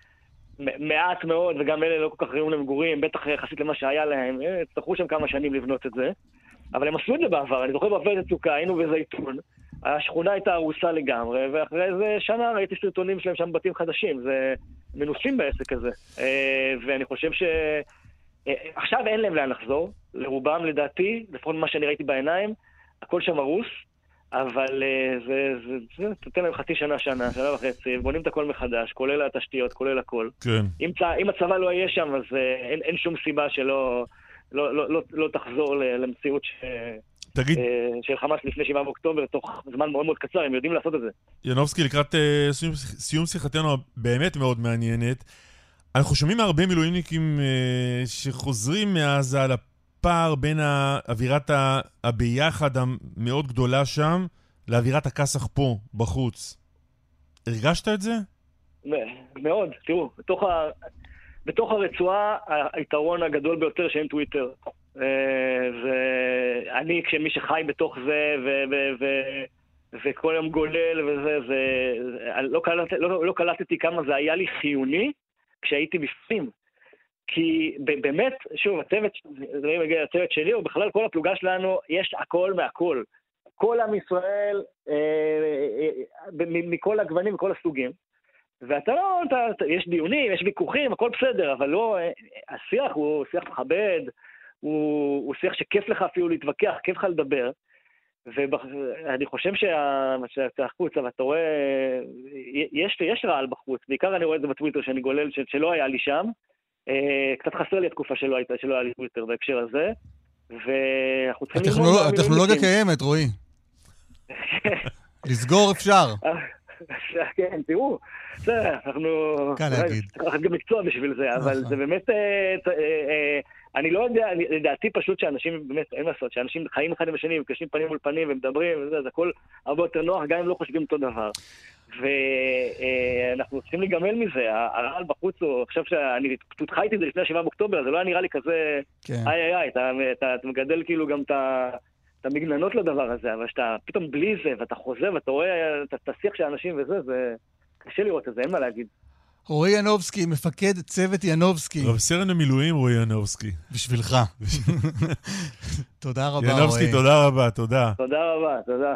מעט מאוד, וגם אלה לא כל כך ראויים למגורים, בטח יחסית למה שהיה להם, הצטרכו שם כמה שנים לבנות את זה, אבל הם עשו את זה בעבר, אני זוכר בעבר את הצוקה, היינו בזייתון, השכונה הייתה הרוסה לגמרי, ואחרי איזה שנה ראיתי סרטונים שלהם שם בתים חדשים, זה מנוסים בעסק הזה, ואני חושב ש... עכשיו אין להם לאן לחזור, לרובם לדעתי, לפחות מה שאני ראיתי בעיניים, הכל שם הרוס, אבל זה, זה, זה, תתן להם חצי שנה, שנה, שנה וחצי, בונים את הכל מחדש, כולל התשתיות, כולל הכל. כן. אם, אם הצבא לא יהיה שם, אז אין, אין שום סיבה שלא לא, לא, לא, לא תחזור למציאות ש... תגיד... של חמאס לפני שבעה באוקטובר, תוך זמן מאוד מאוד קצר, הם יודעים לעשות את זה. ינובסקי, לקראת uh, סיום, סיום שיחתנו באמת מאוד מעניינת, אנחנו שומעים הרבה מילואימניקים uh, שחוזרים מעזה על הפער בין האווירת הביחד המאוד גדולה שם, לאווירת הכסח פה, בחוץ. הרגשת את זה? מאוד, תראו, בתוך ה... בתוך הרצועה, היתרון הגדול ביותר שאין טוויטר. ואני, כשמי שחי בתוך זה, וכל יום גולל וזה, לא קלטתי כמה זה היה לי חיוני כשהייתי בפנים. כי באמת, שוב, הצוות, הצוות שלי, או בכלל כל הפלוגה שלנו, יש הכל מהכל. כל עם ישראל, מכל הגוונים וכל הסוגים. ואתה לא, אתה, יש דיונים, יש ויכוחים, הכל בסדר, אבל לא, השיח הוא שיח מכבד, הוא, הוא שיח שכיף לך אפילו להתווכח, כיף לך לדבר, ואני חושב שאתה החוץ, אבל אתה רואה, יש, יש רעל בחוץ, בעיקר אני רואה את זה בטוויטר שאני גולל, שלא היה לי שם, קצת חסר לי התקופה שלא הייתה, שלא היה לי טוויטר בהקשר הזה, ואנחנו צריכים ללמוד... הטכנולוגיה קיימת, רועי. לסגור אפשר. כן, תראו, אנחנו... כאן להגיד. צריך גם מקצוע בשביל זה, אבל זה באמת... אני לא יודע, לדעתי פשוט שאנשים, באמת, אין לעשות, שאנשים חיים אחד עם השני, וקשים פנים מול פנים ומדברים, וזה, זה הכל הרבה יותר נוח, גם אם לא חושבים אותו דבר. ואנחנו צריכים לגמל מזה, הרעל בחוץ הוא, עכשיו שאני פשוט חייתי את זה לפני השבעה באוקטובר, זה לא היה נראה לי כזה, איי איי איי, אתה מגדל כאילו גם את המגננות לדבר הזה, אבל שאתה פתאום בלי זה, ואתה חוזר, ואתה רואה את השיח של האנשים וזה, זה קשה לראות את זה, אין מה להגיד. רועי ינובסקי, מפקד צוות ינובסקי. רב סרן המילואים רועי ינובסקי. בשבילך. תודה רבה, רועי. ינובסקי, תודה רבה, תודה. תודה רבה, תודה.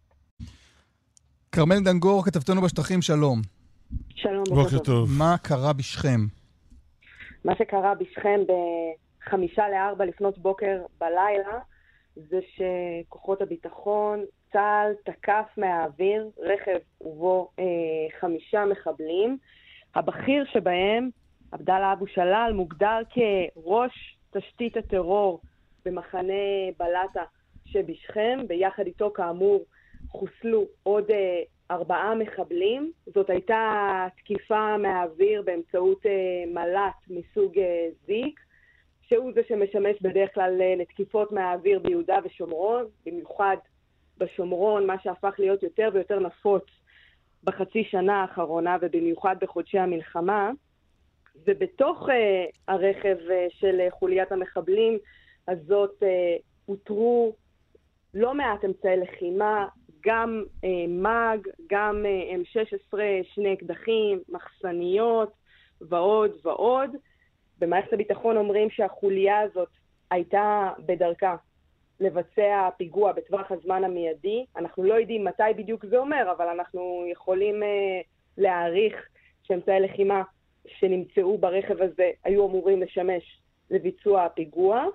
כרמל דנגור, כתבתנו בשטחים, שלום. שלום, בוקר טוב. מה קרה בשכם? מה שקרה בשכם בחמישה לארבע לפנות בוקר בלילה, זה שכוחות הביטחון, צה"ל תקף מהאוויר, רכב ובו אה, חמישה מחבלים. הבכיר שבהם, עבדאללה אבו שלל, מוגדר כראש תשתית הטרור במחנה בלטה שבשכם, ביחד איתו כאמור חוסלו עוד אה, ארבעה מחבלים. זאת הייתה תקיפה מהאוויר באמצעות אה, מל"ט מסוג אה, זיק, שהוא זה שמשמש בדרך כלל אה, לתקיפות מהאוויר ביהודה ושומרון, במיוחד בשומרון, מה שהפך להיות יותר ויותר נפוץ בחצי שנה האחרונה, ובמיוחד בחודשי המלחמה. ובתוך uh, הרכב uh, של uh, חוליית המחבלים הזאת uh, הותרו לא מעט אמצעי לחימה, גם uh, מג, גם uh, אם שש עשרה, שני אקדחים, מחסניות ועוד ועוד. במערכת הביטחון אומרים שהחוליה הזאת הייתה בדרכה לבצע פיגוע בטווח הזמן המיידי. אנחנו לא יודעים מתי בדיוק זה אומר, אבל אנחנו יכולים אה, להעריך שאמצעי לחימה שנמצאו ברכב הזה היו אמורים לשמש לביצוע הפיגוע.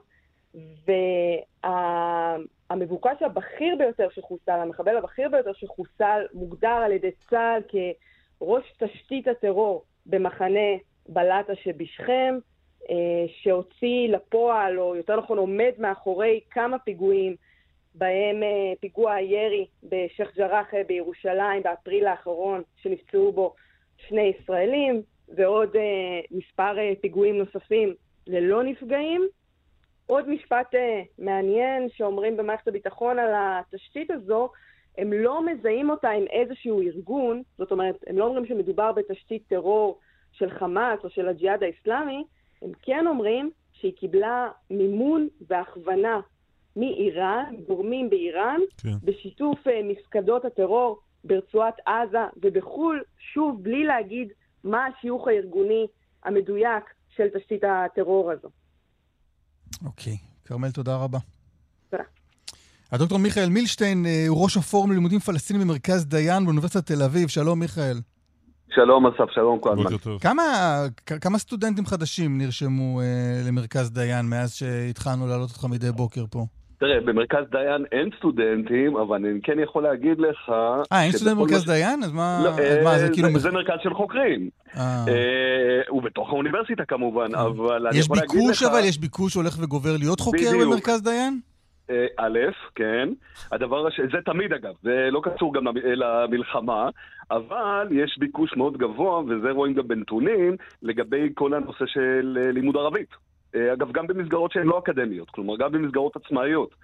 והמבוקש הבכיר ביותר שחוסל, המחבל הבכיר ביותר שחוסל, מוגדר על ידי צה"ל כראש תשתית הטרור במחנה בלטה שבשכם, שהוציא לפועל, או יותר נכון עומד מאחורי כמה פיגועים, בהם פיגוע הירי בשייח' ג'ראח בירושלים באפריל האחרון, שנפצעו בו שני ישראלים, ועוד מספר פיגועים נוספים ללא נפגעים. עוד משפט מעניין שאומרים במערכת הביטחון על התשתית הזו, הם לא מזהים אותה עם איזשהו ארגון, זאת אומרת, הם לא אומרים שמדובר בתשתית טרור של חמאס או של הג'יהאד האסלאמי, הם כן אומרים שהיא קיבלה מימון והכוונה מאיראן, גורמים באיראן, כן. בשיתוף מפקדות הטרור ברצועת עזה ובחול, שוב בלי להגיד מה השיוך הארגוני המדויק של תשתית הטרור הזו. אוקיי, כרמל, תודה רבה. תודה. הדוקטור מיכאל מילשטיין הוא ראש הפורום ללימודים פלסטינים במרכז דיין באוניברסיטת תל אביב. שלום מיכאל. שלום אסף, שלום כהן. כמה, כמה סטודנטים חדשים נרשמו אה, למרכז דיין מאז שהתחלנו להעלות אותך מדי בוקר פה? תראה, במרכז דיין אין סטודנטים, אבל אני כן יכול להגיד לך... אה, אין סטודנט במרכז דיין? אז מה... לא, אז מה, זה כאילו... זה מרכז של חוקרים. הוא בתוך האוניברסיטה כמובן, אבל אני יכול להגיד לך... יש ביקוש אבל? יש ביקוש שהולך וגובר להיות חוקר במרכז דיין? א', כן. הדבר הש... זה תמיד אגב, זה לא קשור גם למלחמה, אבל יש ביקוש מאוד גבוה, וזה רואים גם בנתונים, לגבי כל הנושא של לימוד ערבית. אגב, גם במסגרות שהן לא אקדמיות, כלומר גם במסגרות עצמאיות.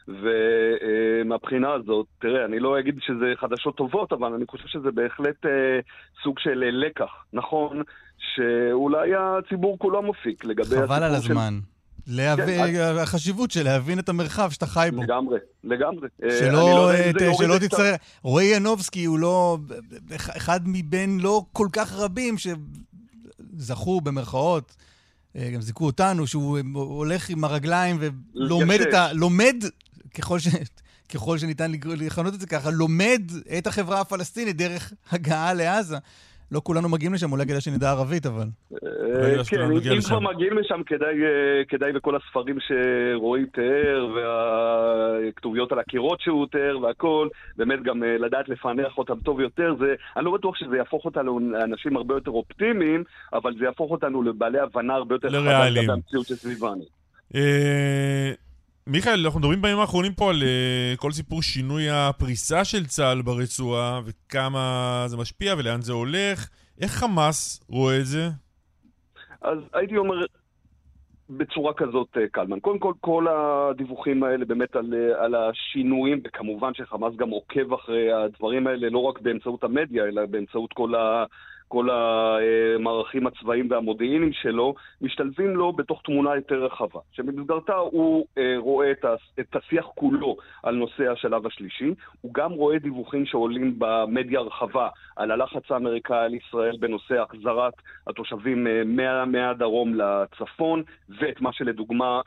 ומהבחינה הזאת, תראה, אני לא אגיד שזה חדשות טובות, אבל אני חושב שזה בהחלט סוג של לקח. נכון שאולי הציבור כולו מופיק לגבי... חבל על הזמן. החשיבות של להבין את המרחב שאתה חי בו. לגמרי, לגמרי. שלא תצטרך... רועי ינובסקי הוא לא... אחד מבין לא כל כך רבים שזכו במרכאות, גם זיכו אותנו, שהוא הולך עם הרגליים ולומד את ה... לומד, ככל ש... ככל שניתן לכנות את זה ככה, לומד את החברה הפלסטינית דרך הגעה לעזה. לא כולנו מגיעים לשם, אולי כדאי שנדע ערבית, אבל... כן, אם כבר מגיעים לשם, כדאי וכל הספרים שרועי תיאר, והכתוביות על הקירות שהוא תיאר, והכל, באמת גם לדעת לפענח אותם טוב יותר, אני לא בטוח שזה יהפוך אותנו לאנשים הרבה יותר אופטימיים, אבל זה יהפוך אותנו לבעלי הבנה הרבה יותר חדה לגבי המציאות שסביבנו. מיכאל, אנחנו מדברים בימים האחרונים פה על uh, כל סיפור שינוי הפריסה של צה"ל ברצועה, וכמה זה משפיע ולאן זה הולך. איך חמאס רואה את זה? אז הייתי אומר בצורה כזאת, קלמן. קודם כל, כל הדיווחים האלה באמת על, על השינויים, וכמובן שחמאס גם עוקב אחרי הדברים האלה, לא רק באמצעות המדיה, אלא באמצעות כל ה... כל המערכים הצבאיים והמודיעיניים שלו, משתלבים לו בתוך תמונה יותר רחבה, שבמסגרתה הוא רואה את השיח כולו על נושא השלב השלישי, הוא גם רואה דיווחים שעולים במדיה הרחבה על הלחץ האמריקאי על ישראל בנושא החזרת התושבים מהדרום לצפון, ואת מה שלדוגמה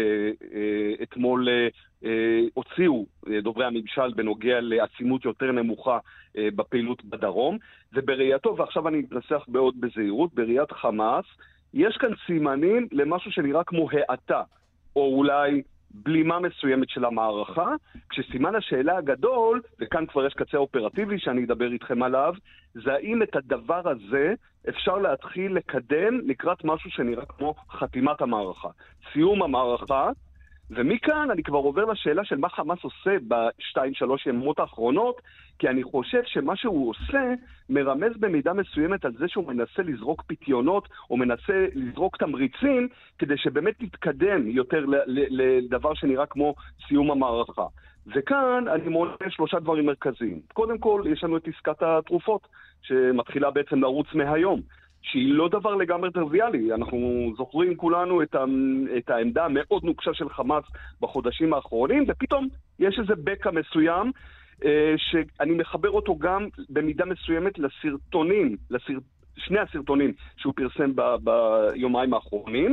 אתמול הוציאו דוברי הממשל בנוגע לעצימות יותר נמוכה בפעילות בדרום, ובראייתו, ועכשיו אני אתנסח בעוד בזהירות, בראיית חמאס, יש כאן סימנים למשהו שנראה כמו האטה, או אולי בלימה מסוימת של המערכה, כשסימן השאלה הגדול, וכאן כבר יש קצה אופרטיבי שאני אדבר איתכם עליו, זה האם את הדבר הזה אפשר להתחיל לקדם לקראת משהו שנראה כמו חתימת המערכה, סיום המערכה, ומכאן אני כבר עובר לשאלה של מה חמאס עושה בשתיים שלוש ימות האחרונות, כי אני חושב שמה שהוא עושה מרמז במידה מסוימת על זה שהוא מנסה לזרוק פתיונות, או מנסה לזרוק תמריצים, כדי שבאמת תתקדם יותר לדבר שנראה כמו סיום המערכה. וכאן אני מונה שלושה דברים מרכזיים. קודם כל, יש לנו את עסקת התרופות, שמתחילה בעצם לרוץ מהיום. שהיא לא דבר לגמרי טריוויאלי. אנחנו זוכרים כולנו את, ה, את העמדה המאוד נוקשה של חמאס בחודשים האחרונים, ופתאום יש איזה בקע מסוים, אה, שאני מחבר אותו גם במידה מסוימת לסרטונים, לסר, שני הסרטונים שהוא פרסם ב, ביומיים האחרונים.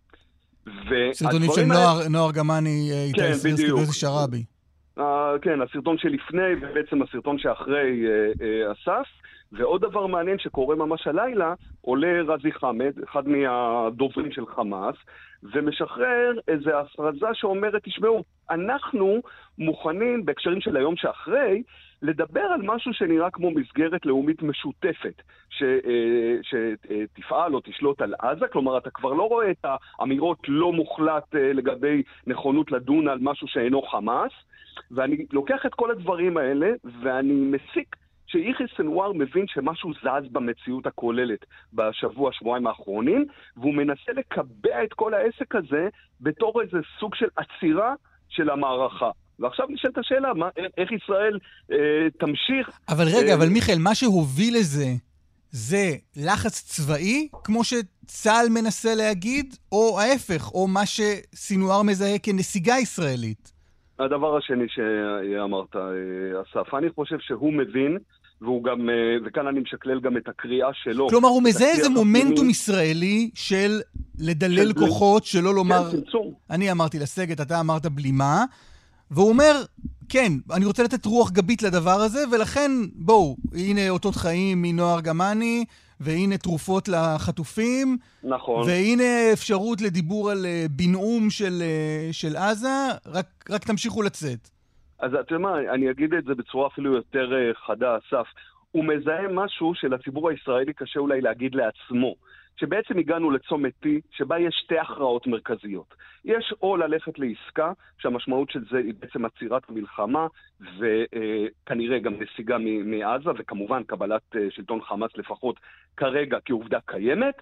סרטונים של נוער, ה... נוער גמני, כן, איתי סירסקי ואיזה שרבי. Uh, כן, הסרטון שלפני ובעצם הסרטון שאחרי uh, uh, אסף. ועוד דבר מעניין שקורה ממש הלילה, עולה רזי חמד, אחד מהדוברים של חמאס, ומשחרר איזו הפרזה שאומרת, תשמעו, אנחנו מוכנים בהקשרים של היום שאחרי, לדבר על משהו שנראה כמו מסגרת לאומית משותפת, ש, שתפעל או תשלוט על עזה, כלומר אתה כבר לא רואה את האמירות לא מוחלט לגבי נכונות לדון על משהו שאינו חמאס, ואני לוקח את כל הדברים האלה ואני מסיק שיחיא סנוואר מבין שמשהו זז במציאות הכוללת בשבוע, שבועיים האחרונים, והוא מנסה לקבע את כל העסק הזה בתור איזה סוג של עצירה של המערכה. ועכשיו נשאלת השאלה, מה, איך ישראל אה, תמשיך... אבל רגע, אה, אבל מיכאל, מה שהוביל לזה, זה לחץ צבאי, כמו שצה"ל מנסה להגיד, או ההפך, או מה שסנוואר מזהה כנסיגה ישראלית? הדבר השני שאמרת, אסף, אני חושב שהוא מבין, והוא גם, וכאן אני משקלל גם את הקריאה שלו. כלומר, הוא מזהה איזה מומנטום ישראלי של לדלל כוחות, שלא לומר... אני אמרתי לסגת, אתה אמרת בלימה, והוא אומר, כן, אני רוצה לתת רוח גבית לדבר הזה, ולכן, בואו, הנה אותות חיים מנוער גמני, והנה תרופות לחטופים, נכון. והנה אפשרות לדיבור על בינאום של, של עזה, רק, רק תמשיכו לצאת. אז אתה יודע מה, אני אגיד את זה בצורה אפילו יותר חדה, אסף. הוא מזהה משהו שלציבור הישראלי קשה אולי להגיד לעצמו. שבעצם הגענו לצומת T, שבה יש שתי הכרעות מרכזיות. יש או ללכת לעסקה, שהמשמעות של זה היא בעצם עצירת המלחמה, וכנראה גם נסיגה מעזה, וכמובן קבלת שלטון חמאס לפחות כרגע כעובדה קיימת,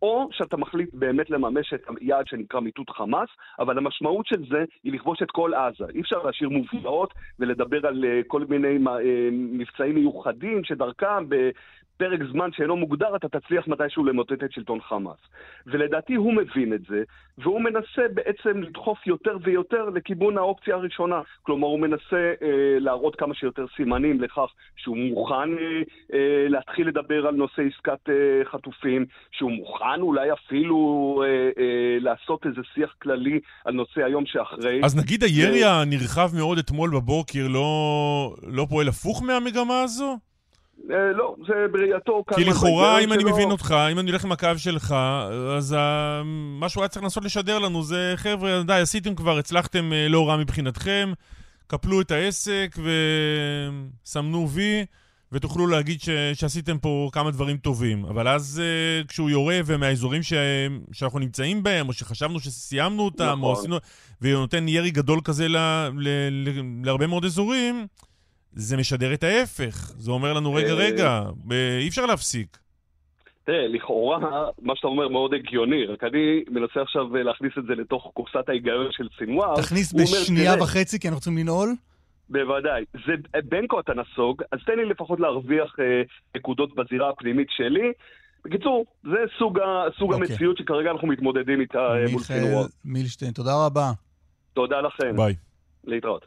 או שאתה מחליט באמת לממש את היעד שנקרא מיטוט חמאס, אבל המשמעות של זה היא לכבוש את כל עזה. אי אפשר להשאיר מובלעות ולדבר על כל מיני מבצעים מיוחדים שדרכם בפרק זמן שאינו מוגדר, אתה תצליח מתישהו למוטט את שלטון חמאס. ולדעתי הוא מבין את זה, והוא מנסה בעצם לדחוף יותר ויותר לכיוון האופציה הראשונה. כלומר, הוא מנסה אה, להראות כמה שיותר סימנים לכך שהוא מוכן אה, אה, להתחיל לדבר על נושא עסקת אה, חטופים, שהוא מוכן אולי אפילו אה, אה, לעשות איזה שיח כללי על נושא היום שאחרי. אז נגיד הירי הנרחב מאוד אתמול בבוקר לא, לא פועל הפוך מהמגמה הזו? לא, זה בראייתו. כי לכאורה, אם אני מבין אותך, אם אני הולך עם הקו שלך, אז מה שהוא היה צריך לנסות לשדר לנו זה, חבר'ה, די, עשיתם כבר, הצלחתם לא רע מבחינתכם, קפלו את העסק וסמנו וי, ותוכלו להגיד שעשיתם פה כמה דברים טובים. אבל אז כשהוא יורה ומהאזורים שאנחנו נמצאים בהם, או שחשבנו שסיימנו אותם, או עשינו, והוא נותן ירי גדול כזה להרבה מאוד אזורים, זה משדר את ההפך. זה אומר לנו, רגע, רגע, אי אפשר להפסיק. תראה, לכאורה, מה שאתה אומר מאוד הגיוני, רק אני מנסה עכשיו להכניס את זה לתוך קופסת ההיגיון של סינואר. תכניס בשנייה וחצי, כי אנחנו רוצים לנעול? בוודאי. זה בנקו אתה נסוג, אז תן לי לפחות להרוויח נקודות בזירה הפנימית שלי. בקיצור, זה סוג המציאות שכרגע אנחנו מתמודדים איתה מול סינואר. מיכאל מילשטיין, תודה רבה. תודה לכם. ביי. להתראות.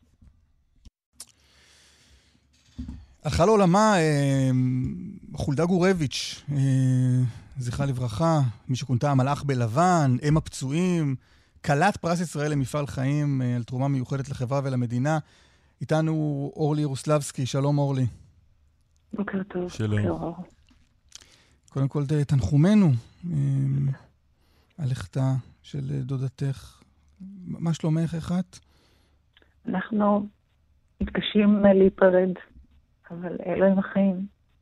הלכה לעולמה חולדה גורביץ', זכרה לברכה, מי שכונתה המלאך בלבן, אם הפצועים, כלת פרס ישראל למפעל חיים על תרומה מיוחדת לחברה ולמדינה. איתנו אורלי ירוסלבסקי, שלום אורלי. בוקר טוב. שלום. קודם כל תנחומנו על לכתה של דודתך. מה שלומך, איך את? אנחנו מתקשים להיפרד. אבל אלוהים החיים.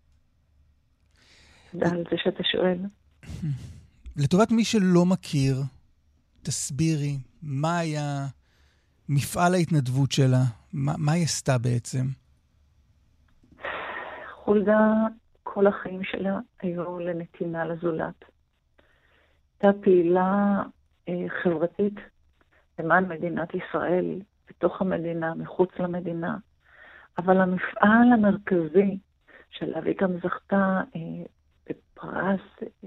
תודה על זה שאתה שואל. לטובת מי שלא מכיר, תסבירי, מה היה מפעל ההתנדבות שלה? מה, מה היא עשתה בעצם? חולדה, כל החיים שלה היו לנתינה לזולת. הייתה פעילה אה, חברתית למען מדינת ישראל, בתוך המדינה, מחוץ למדינה. אבל המפעל המרכזי שעליו היא גם זכתה אה, בפרס, אה,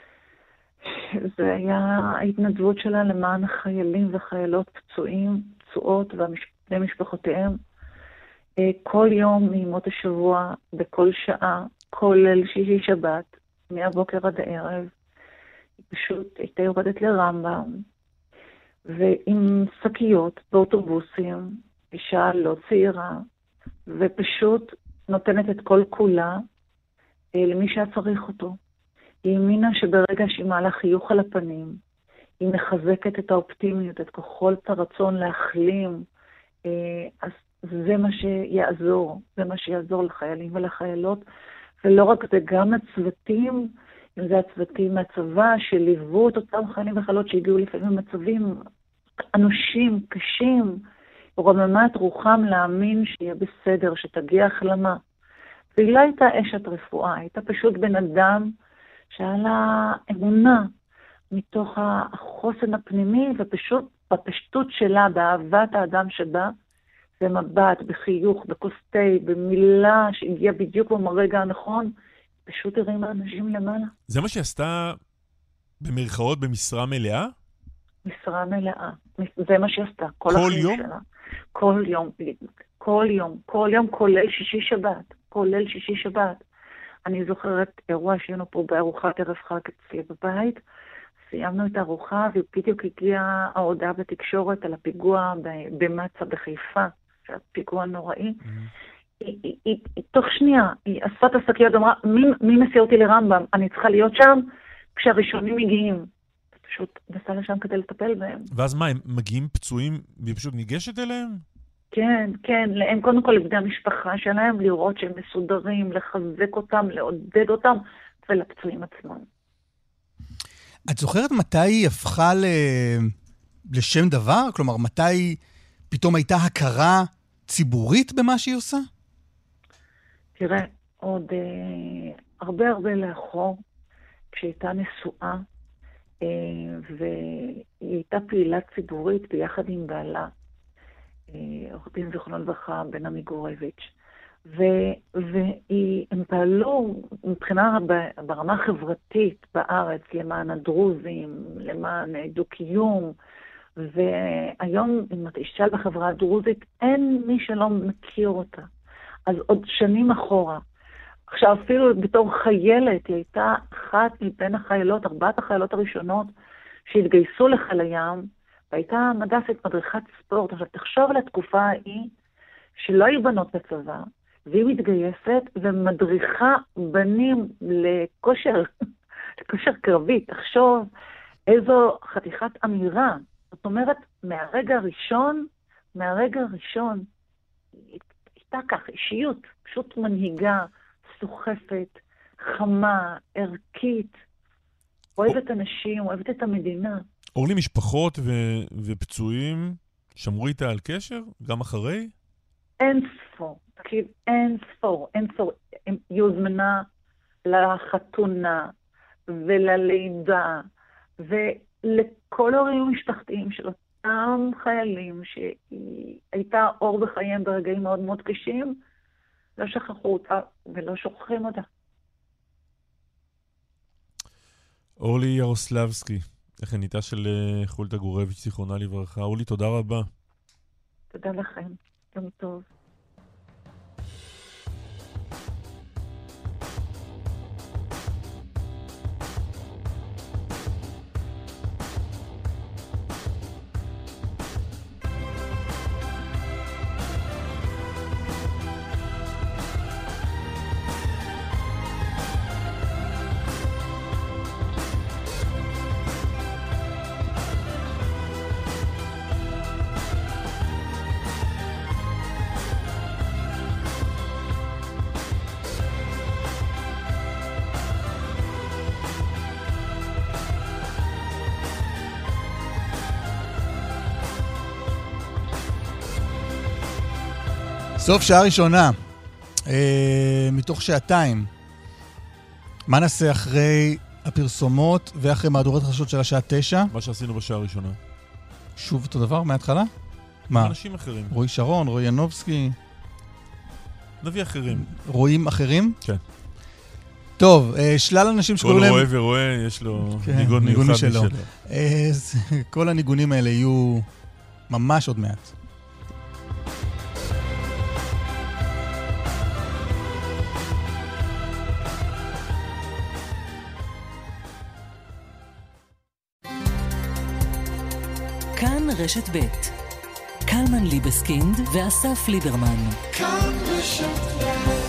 זה היה ההתנדבות שלה למען החיילים וחיילות פצועים, פצועות ובני משפחותיהם. אה, כל יום מימות השבוע, בכל שעה, כולל שישי שבת, מהבוקר עד הערב, היא פשוט הייתה יורדת לרמב"ם, ועם שקיות באוטובוסים, אישה לא צעירה, ופשוט נותנת את כל כולה אה, למי שהיה צריך אותו. היא האמינה שברגע שהיא מעלה חיוך על הפנים, היא מחזקת את האופטימיות, את כוחות הרצון להחלים, אה, אז זה מה שיעזור, זה מה שיעזור לחיילים ולחיילות, ולא רק זה, גם הצוותים, אם זה הצוותים מהצבא, שליוו את אותם חיילים וחיילות שהגיעו לפעמים מצבים אנושים, קשים, רוממה את רוחם להאמין שיהיה בסדר, שתגיע החלמה. והיא לא הייתה אשת רפואה, הייתה פשוט בן אדם שהיה לה אמונה מתוך החוסן הפנימי, ופשוט בפשטות שלה, באהבת האדם שבה, במבט, בחיוך, בכוסטי, במילה שהגיעה בדיוק במרגע הנכון, פשוט הרימה אנשים למעלה. זה מה שעשתה במרכאות במשרה מלאה? משרה מלאה. זה מה שעשתה. כל, כל יום? שלה. כל יום, כל יום, כל יום, כולל שישי שבת, כולל שישי שבת. אני זוכרת אירוע שהיינו פה בארוחת ערב חג אצלי בבית, סיימנו את הארוחה, ובדיוק הגיעה ההודעה בתקשורת על הפיגוע במצה בחיפה, שהיה פיגוע נוראי. Mm-hmm. היא, היא, היא, תוך שנייה, היא אספה את השקיות, אמרה, מי, מי מסיע אותי לרמב"ם? אני צריכה להיות שם כשהראשונים מגיעים. פשוט נסע לשם כדי לטפל בהם. ואז מה, הם מגיעים פצועים והיא פשוט ניגשת אליהם? כן, כן, להם קודם כל לבני המשפחה שלהם, לראות שהם מסודרים, לחזק אותם, לעודד אותם, ולפצועים עצמם. את זוכרת מתי היא הפכה ל... לשם דבר? כלומר, מתי פתאום הייתה הכרה ציבורית במה שהיא עושה? תראה, עוד אה, הרבה הרבה לאחור, כשהייתה נשואה והיא הייתה פעילה ציבורית ביחד עם בעלה, עורך דין זיכרונו לברכה, בן עמי גורביץ'. והם פעלו מבחינה ברמה החברתית בארץ למען הדרוזים, למען דו-קיום, והיום אם את תשאל בחברה הדרוזית, אין מי שלא מכיר אותה. אז עוד שנים אחורה. עכשיו אפילו בתור חיילת, היא הייתה אחת מבין החיילות, ארבעת החיילות הראשונות שהתגייסו לחיל הים, והייתה מדסת מדריכת ספורט. עכשיו תחשוב על התקופה ההיא, שלא היו בנות בצבא, והיא מתגייסת ומדריכה בנים לכושר, לכושר קרבי. תחשוב איזו חתיכת אמירה. זאת אומרת, מהרגע הראשון, מהרגע הראשון, הייתה כך, אישיות, פשוט מנהיגה, סוחפת, חמה, ערכית, אוהבת אנשים, אוהבת את המדינה. אורלי, משפחות ו- ופצועים שמרו איתה על קשר, גם אחרי? אין ספור, תקשיב, אין ספור, אין ספור. היא הוזמנה לחתונה וללידה, ולכל הורים משפחתיים של אותם חיילים שהיא הייתה אור בחייהם ברגעים מאוד מאוד קשים, לא שכחו אותה ולא שוכחים אותה. אורלי ירוסלבסקי, אחייניתה של חולדה גורביץ', זיכרונה לברכה. אורלי, תודה רבה. תודה לכם, יום טוב. סוף שעה ראשונה, אה, מתוך שעתיים. מה נעשה אחרי הפרסומות ואחרי מהדורת החדשות של השעה תשע? מה שעשינו בשעה הראשונה. שוב אותו דבר מההתחלה? מה? אנשים אחרים. רועי שרון, רועי ינובסקי. נביא אחרים. רואים אחרים? כן. טוב, אה, שלל אנשים שקוראים להם... כל רואה ורואה יש לו כן, ניגון מיוחד משלו. אה, כל הניגונים האלה יהיו ממש עוד מעט. כאן רשת ב' קלמן ליבסקינד ואסף ליברמן. כאן רשת ב'.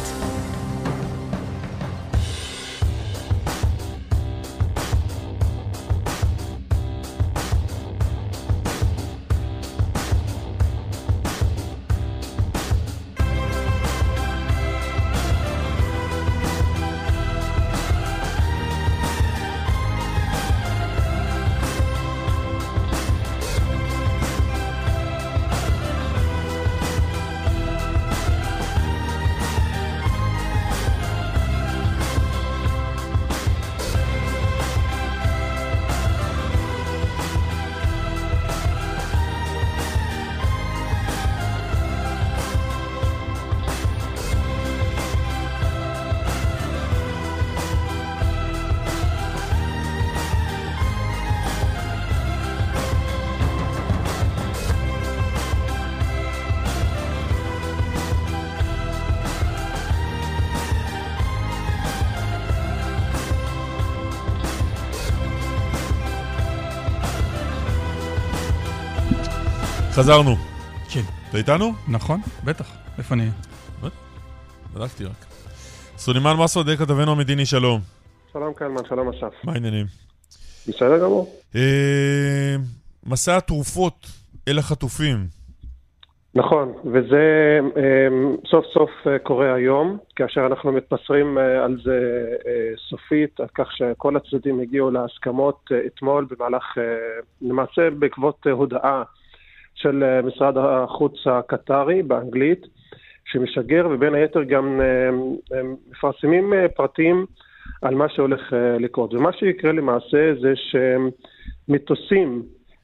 חזרנו. כן. אתה איתנו? נכון, בטח. איפה אני? בדקתי רק. סולימאן מסעוד, כתבנו המדיני, שלום. שלום קלמן, שלום אסף. מה העניינים? בסדר גמור. מסע התרופות אל החטופים. נכון, וזה סוף סוף קורה היום, כאשר אנחנו מתבשרים על זה סופית, על כך שכל הצדדים הגיעו להסכמות אתמול במהלך, למעשה בעקבות הודעה של משרד החוץ הקטרי באנגלית, שמשגר ובין היתר גם מפרסמים פרטים על מה שהולך לקרות. ומה שיקרה למעשה זה שמטוסים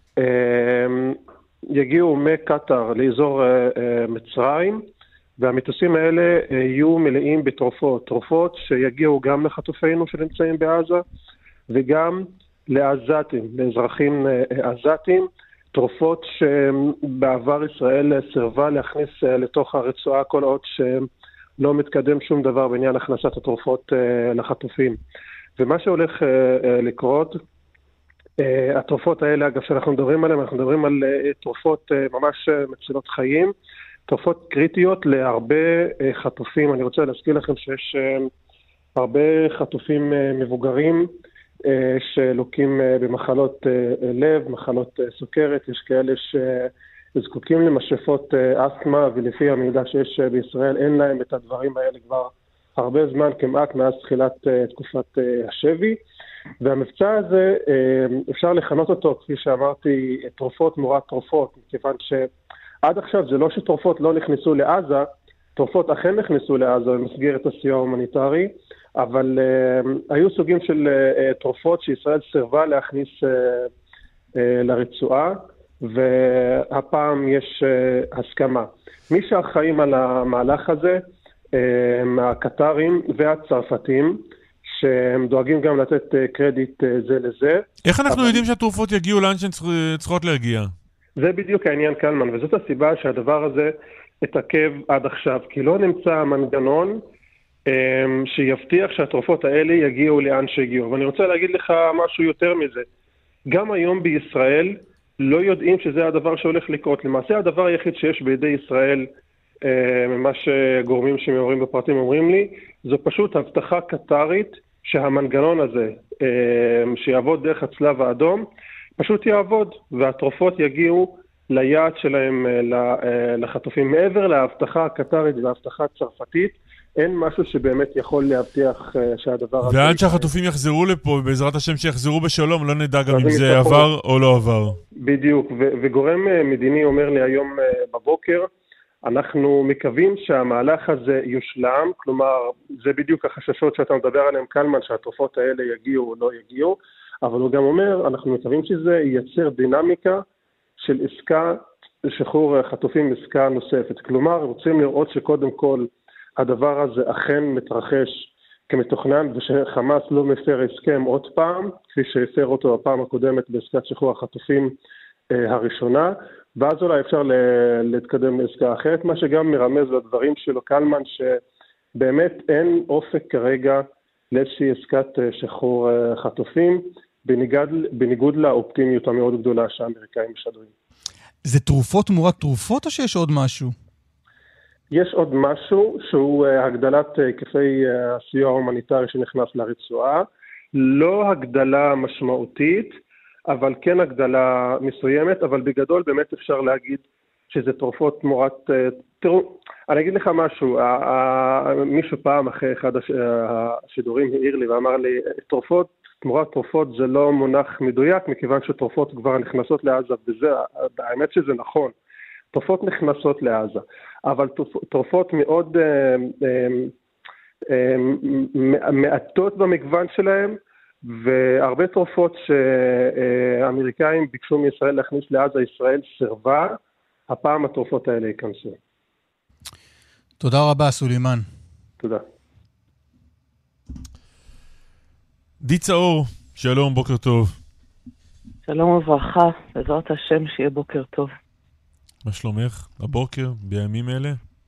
יגיעו מקטר לאזור מצרים, והמטוסים האלה יהיו מלאים בתרופות, תרופות שיגיעו גם לחטופינו שנמצאים בעזה, וגם לעזתים, לאזרחים עזתים, תרופות שבעבר ישראל סירבה להכניס לתוך הרצועה כל עוד שלא מתקדם שום דבר בעניין הכנסת התרופות לחטופים. ומה שהולך לקרות, התרופות האלה, אגב, שאנחנו מדברים עליהן, אנחנו מדברים על תרופות ממש מצילות חיים, תרופות קריטיות להרבה חטופים. אני רוצה להזכיר לכם שיש הרבה חטופים מבוגרים שלוקים במחלות לב, מחלות סוכרת, יש כאלה שזקוקים למשאפות אסתמה, ולפי המידע שיש בישראל אין להם את הדברים האלה כבר הרבה זמן, כמעט מאז תחילת תקופת השבי. והמבצע הזה, אפשר לכנות אותו, כפי שאמרתי, תרופות תמורת תרופות, מכיוון שעד עכשיו זה לא שתרופות לא נכנסו לעזה, תרופות אכן נכנסו לעזה במסגרת הסיוע ההומניטרי, אבל uh, היו סוגים של uh, תרופות שישראל סירבה להכניס uh, uh, לרצועה, והפעם יש uh, הסכמה. מי שאחראים על המהלך הזה, uh, הקטרים והצרפתים, שהם דואגים גם לתת uh, קרדיט uh, זה לזה. איך אנחנו אבל... יודעים שהתרופות יגיעו לאן שהן צריכות להגיע? זה בדיוק העניין, קלמן, וזאת הסיבה שהדבר הזה התעכב עד עכשיו, כי לא נמצא מנגנון שיבטיח שהתרופות האלה יגיעו לאן שהגיעו. ואני רוצה להגיד לך משהו יותר מזה. גם היום בישראל לא יודעים שזה הדבר שהולך לקרות. למעשה הדבר היחיד שיש בידי ישראל, ממה שגורמים שמעורים בפרטים אומרים לי, זו פשוט הבטחה קטרית שהמנגנון הזה, שיעבוד דרך הצלב האדום, פשוט יעבוד, והתרופות יגיעו ליעד שלהם לחטופים. מעבר להבטחה הקטרית וההבטחה הצרפתית, אין משהו שבאמת יכול להבטיח שהדבר הזה... ועד שהחטופים יחזרו לפה, בעזרת השם שיחזרו בשלום, לא נדע גם אם זה עבר או לא עבר. בדיוק, וגורם מדיני אומר לי היום בבוקר, אנחנו מקווים שהמהלך הזה יושלם, כלומר, זה בדיוק החששות שאתה מדבר עליהם, קלמן, שהתרופות האלה יגיעו או לא יגיעו, אבל הוא גם אומר, אנחנו מקווים שזה ייצר דינמיקה של עסקה, שחרור חטופים עסקה נוספת. כלומר, רוצים לראות שקודם כל הדבר הזה אכן מתרחש כמתוכנן, ושחמאס לא מפר הסכם עוד פעם, כפי שהפר אותו הפעם הקודמת בעסקת שחרור החטופים אה, הראשונה, ואז אולי אפשר להתקדם לעסקה אחרת, מה שגם מרמז לדברים שלו קלמן, שבאמת אין אופק כרגע לאיזושהי עסקת שחרור חטופים, בניגוד, בניגוד לאופטימיות המאוד גדולה שהאמריקאים משדרים. זה תרופות תמורת תרופות או שיש עוד משהו? יש עוד משהו שהוא הגדלת היקפי הסיוע ההומניטרי שנכנס לרצועה, לא הגדלה משמעותית, אבל כן הגדלה מסוימת, אבל בגדול באמת אפשר להגיד שזה תרופות תמורת... תראו, אני אגיד לך משהו, מישהו פעם אחרי אחד השידורים העיר לי ואמר לי, תרופות, תמורת תרופות זה לא מונח מדויק, מכיוון שתרופות כבר נכנסות לעזה, וזה, האמת שזה נכון, תרופות נכנסות לעזה, אבל תרופות מאוד מעטות במגוון שלהם, והרבה תרופות שהאמריקאים ביקשו מישראל להכניס לעזה, ישראל סירבה, הפעם התרופות האלה ייכנסו. תודה רבה, סולימן. תודה. דיצה אור, שלום, בוקר טוב. שלום וברכה, בעזרת השם שיהיה בוקר טוב. מה שלומך? הבוקר, בימים אלה?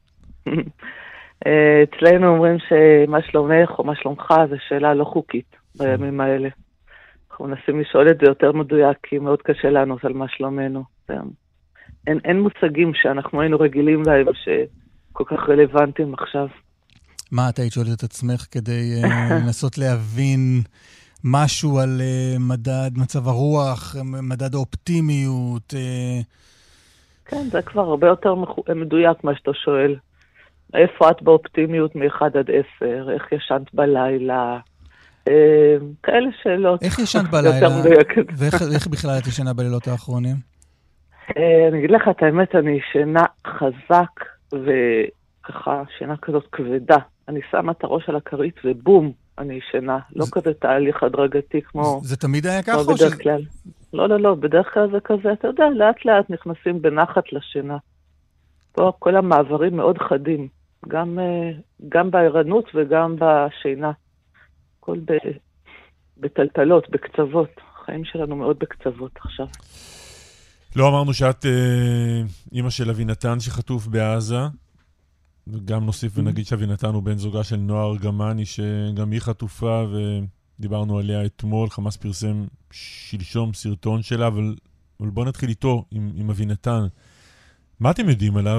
אצלנו אומרים שמה שלומך או מה שלומך זה שאלה לא חוקית בימים האלה. אנחנו מנסים לשאול את זה יותר מדויק, כי מאוד קשה לענות על מה שלומנו. אין, אין מושגים שאנחנו היינו רגילים להם שכל כך רלוונטיים עכשיו. מה את היית שואלת את עצמך כדי לנסות להבין משהו על מדד מצב הרוח, מדד האופטימיות? כן, זה כבר הרבה יותר מדויק מה שאתה שואל. איפה את באופטימיות מ-אחד עד עשר? איך ישנת בלילה? כאלה שאלות. איך ישנת בלילה? ואיך בכלל את ישנה בלילות האחרונים? אני אגיד לך את האמת, אני ישנה חזק וככה שינה כזאת כבדה. אני שמה את הראש על הכרית ובום, אני ישנה. לא כזה תהליך הדרגתי כמו... זה תמיד היה ככה? בדרך כלל. לא, לא, לא, בדרך כלל זה כזה, אתה יודע, לאט לאט נכנסים בנחת לשינה. פה כל המעברים מאוד חדים, גם, גם בערנות וגם בשינה. כל ב, בטלטלות, בקצוות. החיים שלנו מאוד בקצוות עכשיו. לא אמרנו שאת אה, אימא של אבינתן שחטוף בעזה, וגם נוסיף ונגיד שאבינתן הוא בן זוגה של נועה ארגמני, שגם היא חטופה, ודיברנו עליה אתמול, חמאס פרסם שלשום סרטון שלה, אבל, אבל בוא נתחיל איתו, עם, עם אבינתן. מה אתם יודעים עליו?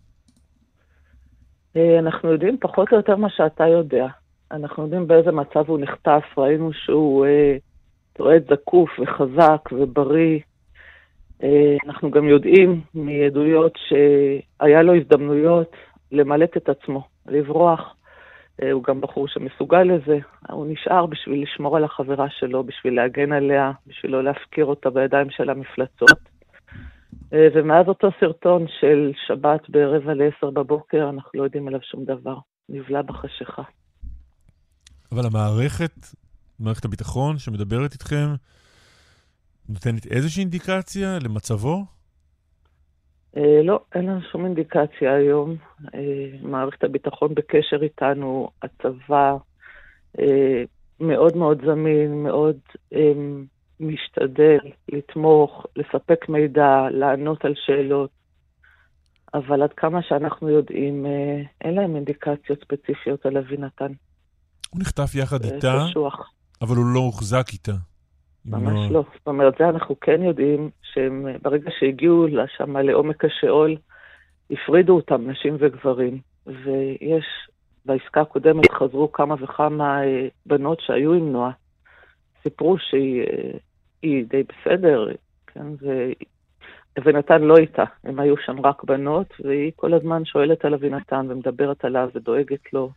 אנחנו יודעים פחות או יותר מה שאתה יודע. אנחנו יודעים באיזה מצב הוא נחטף, ראינו שהוא תועד זקוף וחזק ובריא. אנחנו גם יודעים מעדויות שהיה לו הזדמנויות למלט את עצמו, לברוח. הוא גם בחור שמסוגל לזה. הוא נשאר בשביל לשמור על החברה שלו, בשביל להגן עליה, בשביל לא להפקיר אותה בידיים של המפלצות. ומאז אותו סרטון של שבת ברבע לעשר בבוקר, אנחנו לא יודעים עליו שום דבר. נבלע בחשיכה. אבל המערכת, מערכת הביטחון שמדברת איתכם, נותנת איזושהי אינדיקציה למצבו? אה, לא, אין לנו שום אינדיקציה היום. אה, מערכת הביטחון בקשר איתנו, הצבא אה, מאוד מאוד זמין, מאוד אה, משתדל לתמוך, לספק מידע, לענות על שאלות, אבל עד כמה שאנחנו יודעים, אה, אין להם אינדיקציות ספציפיות על אבינתן. הוא נחטף יחד איתה, קשוח. אבל הוא לא הוחזק איתה. ממש לא. זאת אומרת, זה אנחנו כן יודעים שהם ברגע שהגיעו לשם לעומק השאול, הפרידו אותם נשים וגברים. ויש, בעסקה הקודמת חזרו כמה וכמה בנות שהיו עם נועה. סיפרו שהיא די בסדר, כן? ואבינתן לא איתה. הם היו שם רק בנות, והיא כל הזמן שואלת על אבינתן ומדברת עליו ודואגת לו.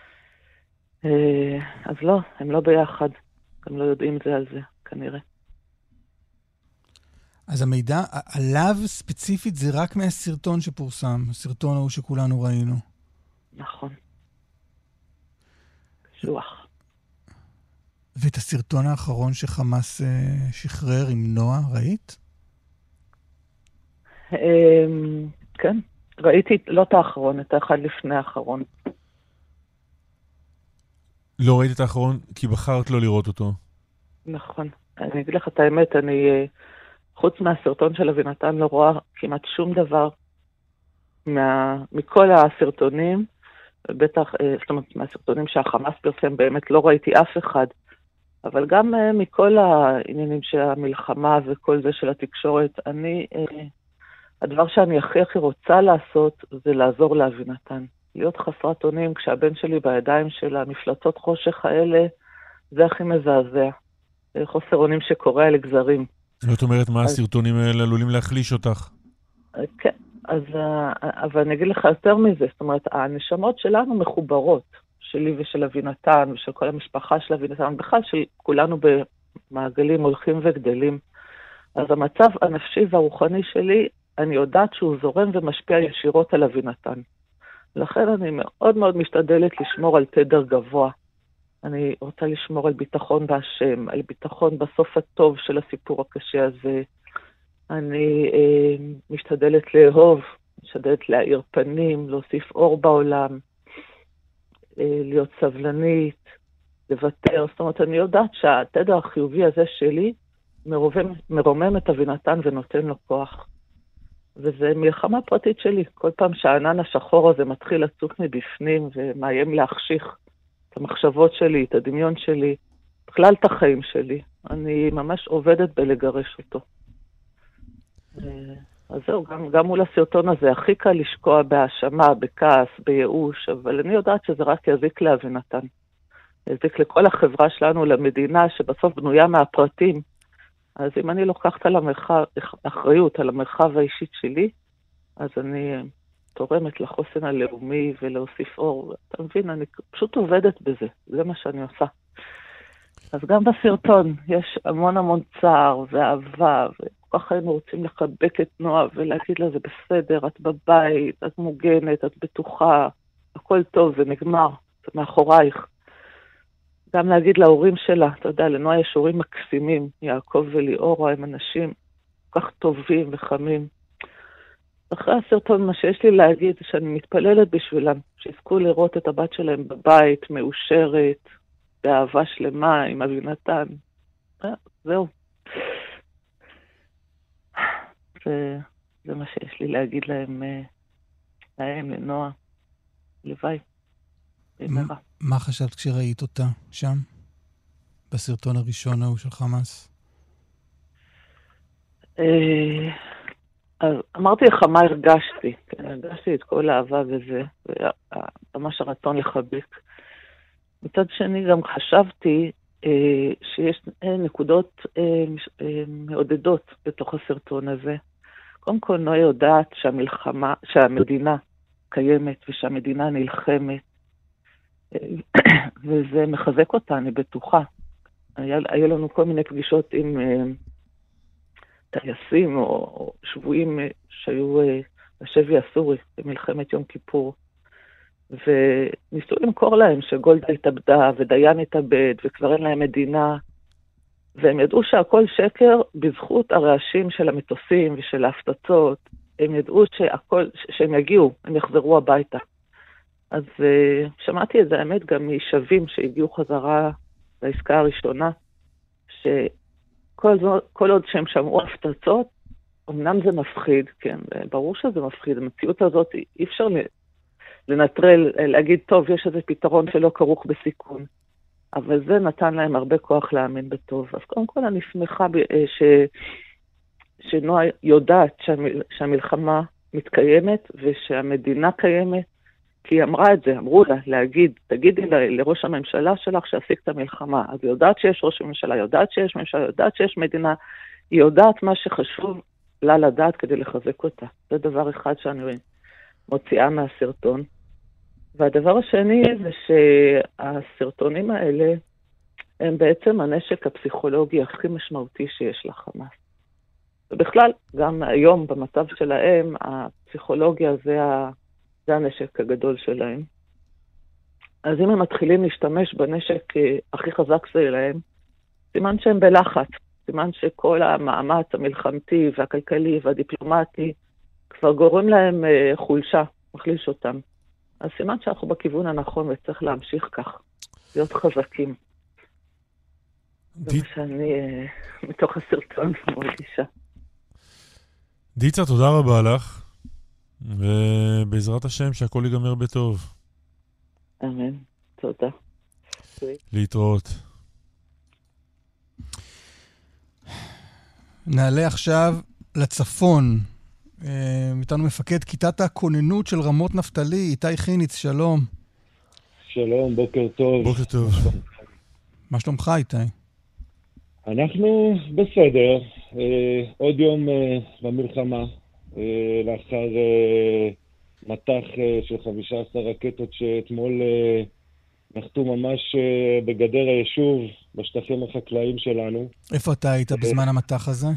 אז לא, הם לא ביחד. הם לא יודעים זה על זה, כנראה. אז המידע עליו ספציפית זה רק מהסרטון שפורסם, הסרטון ההוא שכולנו ראינו. נכון. קשוח. ואת הסרטון האחרון שחמאס שחרר עם נועה, ראית? כן, ראיתי לא את האחרון, את האחד לפני האחרון. לא ראית את האחרון כי בחרת לא לראות אותו. נכון. אני אגיד לך את האמת, אני, חוץ מהסרטון של אבינתן, לא רואה כמעט שום דבר מה, מכל הסרטונים, בטח, זאת אומרת, מהסרטונים שהחמאס פרסם, באמת לא ראיתי אף אחד, אבל גם מכל העניינים של המלחמה וכל זה של התקשורת, אני, הדבר שאני הכי הכי רוצה לעשות זה לעזור לאבינתן. להיות חסרת אונים כשהבן שלי בידיים של המפלצות חושך האלה, זה הכי מזעזע. חוסר אונים שקורא על גזרים. זאת אומרת, מה הסרטונים האלה עלולים להחליש אותך? כן, אז, אבל אני אגיד לך יותר מזה, זאת אומרת, הנשמות שלנו מחוברות, שלי ושל אבינתן, ושל כל המשפחה של אבינתן, בכלל של כולנו במעגלים הולכים וגדלים. אז המצב הנפשי והרוחני שלי, אני יודעת שהוא זורם ומשפיע ישירות על אבינתן. לכן אני מאוד מאוד משתדלת לשמור על תדר גבוה. אני רוצה לשמור על ביטחון בהשם, על ביטחון בסוף הטוב של הסיפור הקשה הזה. אני אה, משתדלת לאהוב, משתדלת להאיר פנים, להוסיף אור בעולם, אה, להיות סבלנית, לוותר. זאת אומרת, אני יודעת שהתדר החיובי הזה שלי מרומם, מרומם את אבינתן ונותן לו כוח. וזה מלחמה פרטית שלי. כל פעם שהענן השחור הזה מתחיל לצוף מבפנים ומאיים להחשיך את המחשבות שלי, את הדמיון שלי, בכלל את החיים שלי. אני ממש עובדת בלגרש אותו. אז זהו, גם, גם מול הסרטון הזה, הכי קל לשקוע בהאשמה, בכעס, בייאוש, אבל אני יודעת שזה רק יזיק לאבינתן. יזיק לכל החברה שלנו, למדינה שבסוף בנויה מהפרטים. אז אם אני לוקחת על המרחב, אחריות על המרחב האישית שלי, אז אני תורמת לחוסן הלאומי ולהוסיף אור. אתה מבין, אני פשוט עובדת בזה, זה מה שאני עושה. אז גם בסרטון יש המון המון צער ואהבה, וכל כך היינו רוצים לחבק את נועה ולהגיד לה, זה בסדר, את בבית, את מוגנת, את בטוחה, הכל טוב, זה נגמר, זה מאחורייך. גם להגיד להורים שלה, אתה יודע, לנועה יש הורים מקסימים, יעקב וליאורה, הם אנשים כל כך טובים וחמים. אחרי הסרטון, מה שיש לי להגיד, שאני מתפללת בשבילם, שיזכו לראות את הבת שלהם בבית, מאושרת, באהבה שלמה, עם אבינתן. זהו. זה, זה מה שיש לי להגיד להם, להם, לנועה, לוואי. מה, מה חשבת כשראית אותה שם? בסרטון הראשון ההוא של חמאס? אז אמרתי לך מה הרגשתי. כן, הרגשתי את כל האהבה וזה, ממש הרצון לחבק. מצד שני גם חשבתי אה, שיש אה, נקודות אה, אה, מעודדות בתוך הסרטון הזה. קודם כל, נועה יודעת שהמלחמה, שהמדינה קיימת ושהמדינה נלחמת, אה, וזה מחזק אותה, אני בטוחה. היה, היה לנו כל מיני פגישות עם אה, טייסים או, או שבויים אה, שהיו אה, בשבי הסורי במלחמת יום כיפור. וניסו למכור להם שגולדה התאבדה ודיין התאבד וכבר אין להם מדינה, והם ידעו שהכל שקר בזכות הרעשים של המטוסים ושל ההפצצות. הם ידעו שהכל, שהם יגיעו, הם יחזרו הביתה. אז uh, שמעתי את זה, האמת, גם משווים שהגיעו חזרה לעסקה הראשונה, שכל כל עוד שהם שמעו הפצצות, אמנם זה מפחיד, כן, ברור שזה מפחיד, המציאות הזאת אי אפשר לנטרל, להגיד, טוב, יש איזה פתרון שלא כרוך בסיכון. אבל זה נתן להם הרבה כוח להאמין בטוב. אז קודם כל אני שמחה ש... שנועה יודעת שהמל... שהמלחמה מתקיימת ושהמדינה קיימת, כי היא אמרה את זה, אמרו לה, להגיד, תגידי ל... לראש הממשלה שלך שעשיק את המלחמה. אז היא יודעת שיש ראש הממשלה, יודעת שיש ממשלה, יודעת שיש מדינה, היא יודעת מה שחשוב לה לדעת כדי לחזק אותה. זה דבר אחד שאני מוציאה מהסרטון. והדבר השני זה שהסרטונים האלה הם בעצם הנשק הפסיכולוגי הכי משמעותי שיש לחמאס. ובכלל, גם היום במצב שלהם, הפסיכולוגיה זה, ה... זה הנשק הגדול שלהם. אז אם הם מתחילים להשתמש בנשק הכי חזק שלהם, סימן שהם בלחץ, סימן שכל המאמץ המלחמתי והכלכלי והדיפלומטי כבר גורם להם חולשה, מחליש אותם. אז סימן שאנחנו בכיוון הנכון וצריך להמשיך כך, להיות חזקים. זה מה שאני מתוך הסרטון מרגישה. דיצה, תודה רבה לך, ובעזרת השם שהכל ייגמר בטוב. אמן, תודה. להתראות. נעלה עכשיו לצפון. איתנו מפקד כיתת הכוננות של רמות נפתלי, איתי חיניץ, שלום. שלום, בוקר טוב. בוקר טוב. מה שלומך, איתי? אנחנו בסדר. אה, עוד יום אה, במלחמה, אה, לאחר אה, מתח אה, של חמישה עשר רקטות שאתמול אה, נחתו ממש אה, בגדר היישוב, בשטחים החקלאיים שלנו. איפה אתה היית אה, בזמן המתח הזה?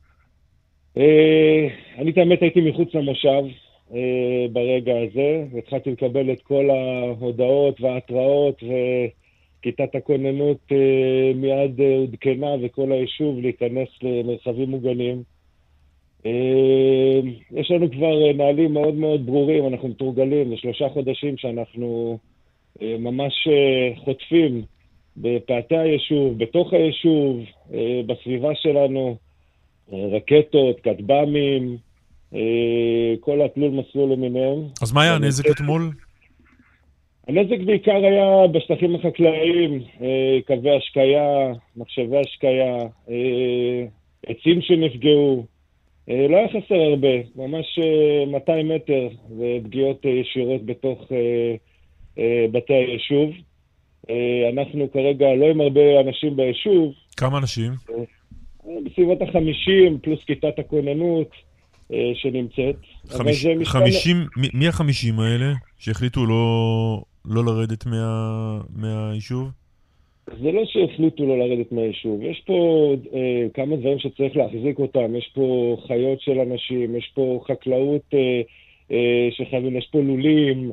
אני תאמת הייתי מחוץ למושב ברגע הזה, והתחלתי לקבל את כל ההודעות וההתראות, וכיתת הכוננות מיד עודכנה וכל היישוב להיכנס למרחבים מוגנים. יש לנו כבר נהלים מאוד מאוד ברורים, אנחנו מתורגלים, לשלושה חודשים שאנחנו ממש חוטפים בפאתי היישוב, בתוך היישוב, בסביבה שלנו, רקטות, כטב"מים, כל התלול מסלול למיניהם. אז מה היה הנזק אתמול? הנזק בעיקר היה בשטחים החקלאיים, קווי השקיה, מחשבי השקיה, עצים שנפגעו. לא היה חסר הרבה, ממש מאתיים מטר ופגיעות ישירות בתוך בתי היישוב. אנחנו כרגע לא עם הרבה אנשים ביישוב. כמה אנשים? בסביבות החמישים, פלוס כיתת הכוננות אה, שנמצאת. חמיש, חמישים, מי, מי החמישים האלה שהחליטו לא, לא לרדת מה, מהיישוב? זה לא שהחליטו לא לרדת מהיישוב. יש פה אה, כמה דברים שצריך להחזיק אותם. יש פה חיות של אנשים, יש פה חקלאות אה, אה, שחייבים, יש פה לולים,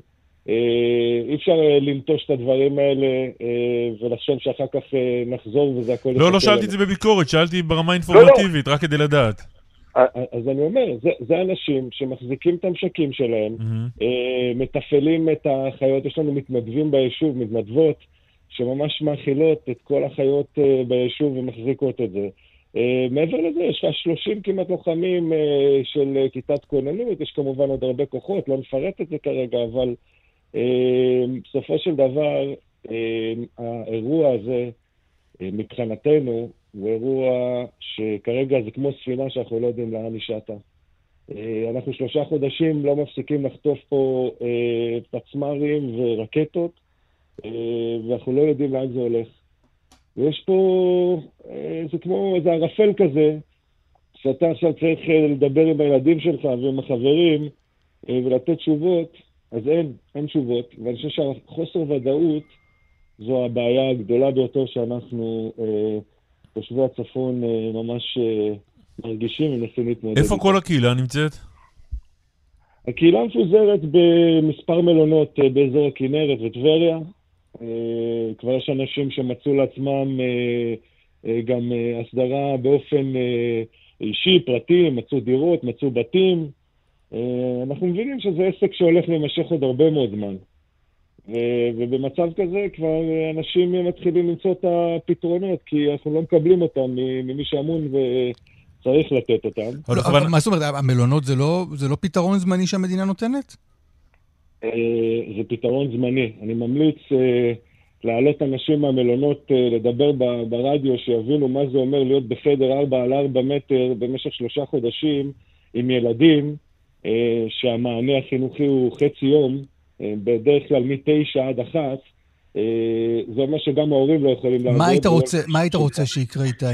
אי אפשר לנטוש את הדברים האלה ולחשוב שאחר כך נחזור וזה הכל... לא, לא שאלתי את זה בביקורת, שאלתי ברמה אינפורמטיבית, רק כדי לדעת. אז אני אומר, זה, זה אנשים שמחזיקים את המשקים שלהם, mm-hmm. אה, מתפעלים את החיות, יש לנו מתנדבים ביישוב, מתנדבות, שממש מאכילות את כל החיות אה, ביישוב ומחזיקות את זה. אה, מעבר לזה, יש לך שלושים כמעט לוחמים אה, של אה, כיתת כוננות, יש כמובן עוד הרבה כוחות, לא נפרט את זה כרגע, אבל אה, בסופו של דבר, אה, האירוע הזה, אה, מבחינתנו, הוא אירוע שכרגע זה כמו ספינה שאנחנו לא יודעים לאן נשאתה. אנחנו שלושה חודשים לא מפסיקים לחטוף פה פצמרים ורקטות, ואנחנו לא יודעים לאן זה הולך. ויש פה, זה כמו איזה ערפל כזה, שאתה עכשיו צריך לדבר עם הילדים שלך ועם החברים ולתת תשובות, אז אין, אין תשובות. ואני חושב שהחוסר ודאות זו הבעיה הגדולה ביותר שאנחנו... תושבי הצפון ממש מרגישים ומנסים להתמודד. איפה כל הקהילה נמצאת? הקהילה מפוזרת במספר מלונות באזור הכנרת וטבריה. כבר יש אנשים שמצאו לעצמם גם הסדרה באופן אישי, פרטי, מצאו דירות, מצאו בתים. אנחנו מבינים שזה עסק שהולך להימשך עוד הרבה מאוד זמן. ובמצב כזה כבר אנשים מתחילים למצוא את הפתרונות, כי אנחנו לא מקבלים אותם ממי שאמון וצריך לתת אותם. אבל מה זאת אומרת, המלונות זה לא פתרון זמני שהמדינה נותנת? זה פתרון זמני. אני ממליץ להעלות אנשים מהמלונות, לדבר ברדיו, שיבינו מה זה אומר להיות בחדר ארבע על ארבע מטר במשך שלושה חודשים עם ילדים, שהמענה החינוכי הוא חצי יום, בדרך כלל מתשע עד אחת, זה אומר שגם ההורים לא יכולים לעבוד. מה היית רוצה שיקרה איתי?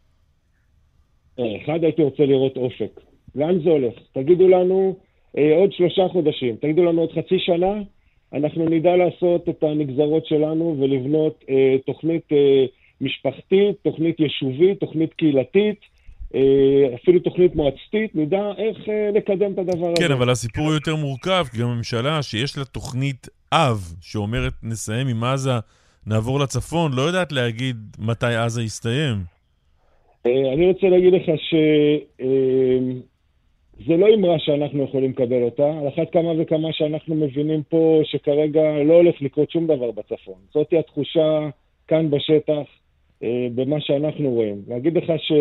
אחד, הייתי רוצה לראות אופק. לאן זה הולך? תגידו לנו עוד שלושה חודשים, תגידו לנו עוד חצי שנה, אנחנו נדע לעשות את הנגזרות שלנו ולבנות תוכנית משפחתית, תוכנית יישובית, תוכנית קהילתית, אפילו תוכנית מועצתית, נדע איך לקדם את הדבר הזה. כן, אבל הסיפור הוא יותר מורכב, כי גם הממשלה שיש לה תוכנית אב, שאומרת נסיים עם עזה, נעבור לצפון, לא יודעת להגיד מתי עזה יסתיים. אני רוצה להגיד לך שזה לא אמרה שאנחנו יכולים לקבל אותה, על אחת כמה וכמה שאנחנו מבינים פה שכרגע לא הולך לקרות שום דבר בצפון. זאת היא התחושה כאן בשטח, במה שאנחנו רואים. להגיד לך ש...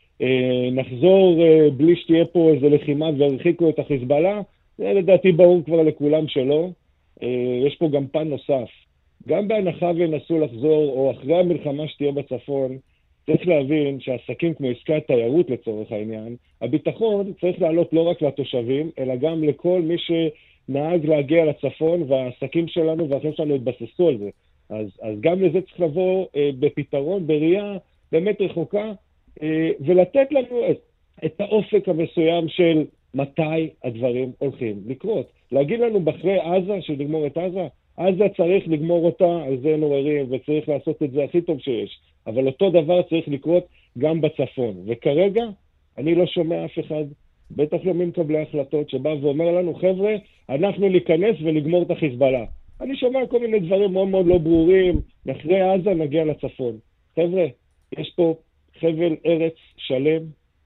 נחזור בלי שתהיה פה איזה לחימה והרחיקו את החיזבאללה, זה לדעתי ברור כבר לכולם שלא. יש פה גם פן נוסף. גם בהנחה ונסו לחזור, או אחרי המלחמה שתהיה בצפון, צריך להבין שהעסקים כמו עסקת תיירות לצורך העניין, הביטחון צריך לעלות לא רק לתושבים, אלא גם לכל מי שנהג להגיע לצפון, והעסקים שלנו והאחרים שלנו התבססו על זה. אז, אז גם לזה צריך לבוא בפתרון, בראייה באמת רחוקה, ולתת לנו את, את האופק המסוים של מתי הדברים הולכים לקרות. להגיד לנו באחרי עזה, שנגמור את עזה, עזה צריך לגמור אותה, על זה נוררים, וצריך לעשות את זה הכי טוב שיש. אבל אותו דבר צריך לקרות גם בצפון. וכרגע, אני לא שומע אף אחד, בטח לא ממקבלי החלטות, שבא ואומר לנו, חבר'ה, אנחנו ניכנס ולגמור את החיזבאללה. אני שומע כל מיני דברים מאוד מאוד לא ברורים, אחרי עזה נגיע לצפון. חבר'ה, יש פה חבל ארץ שלם,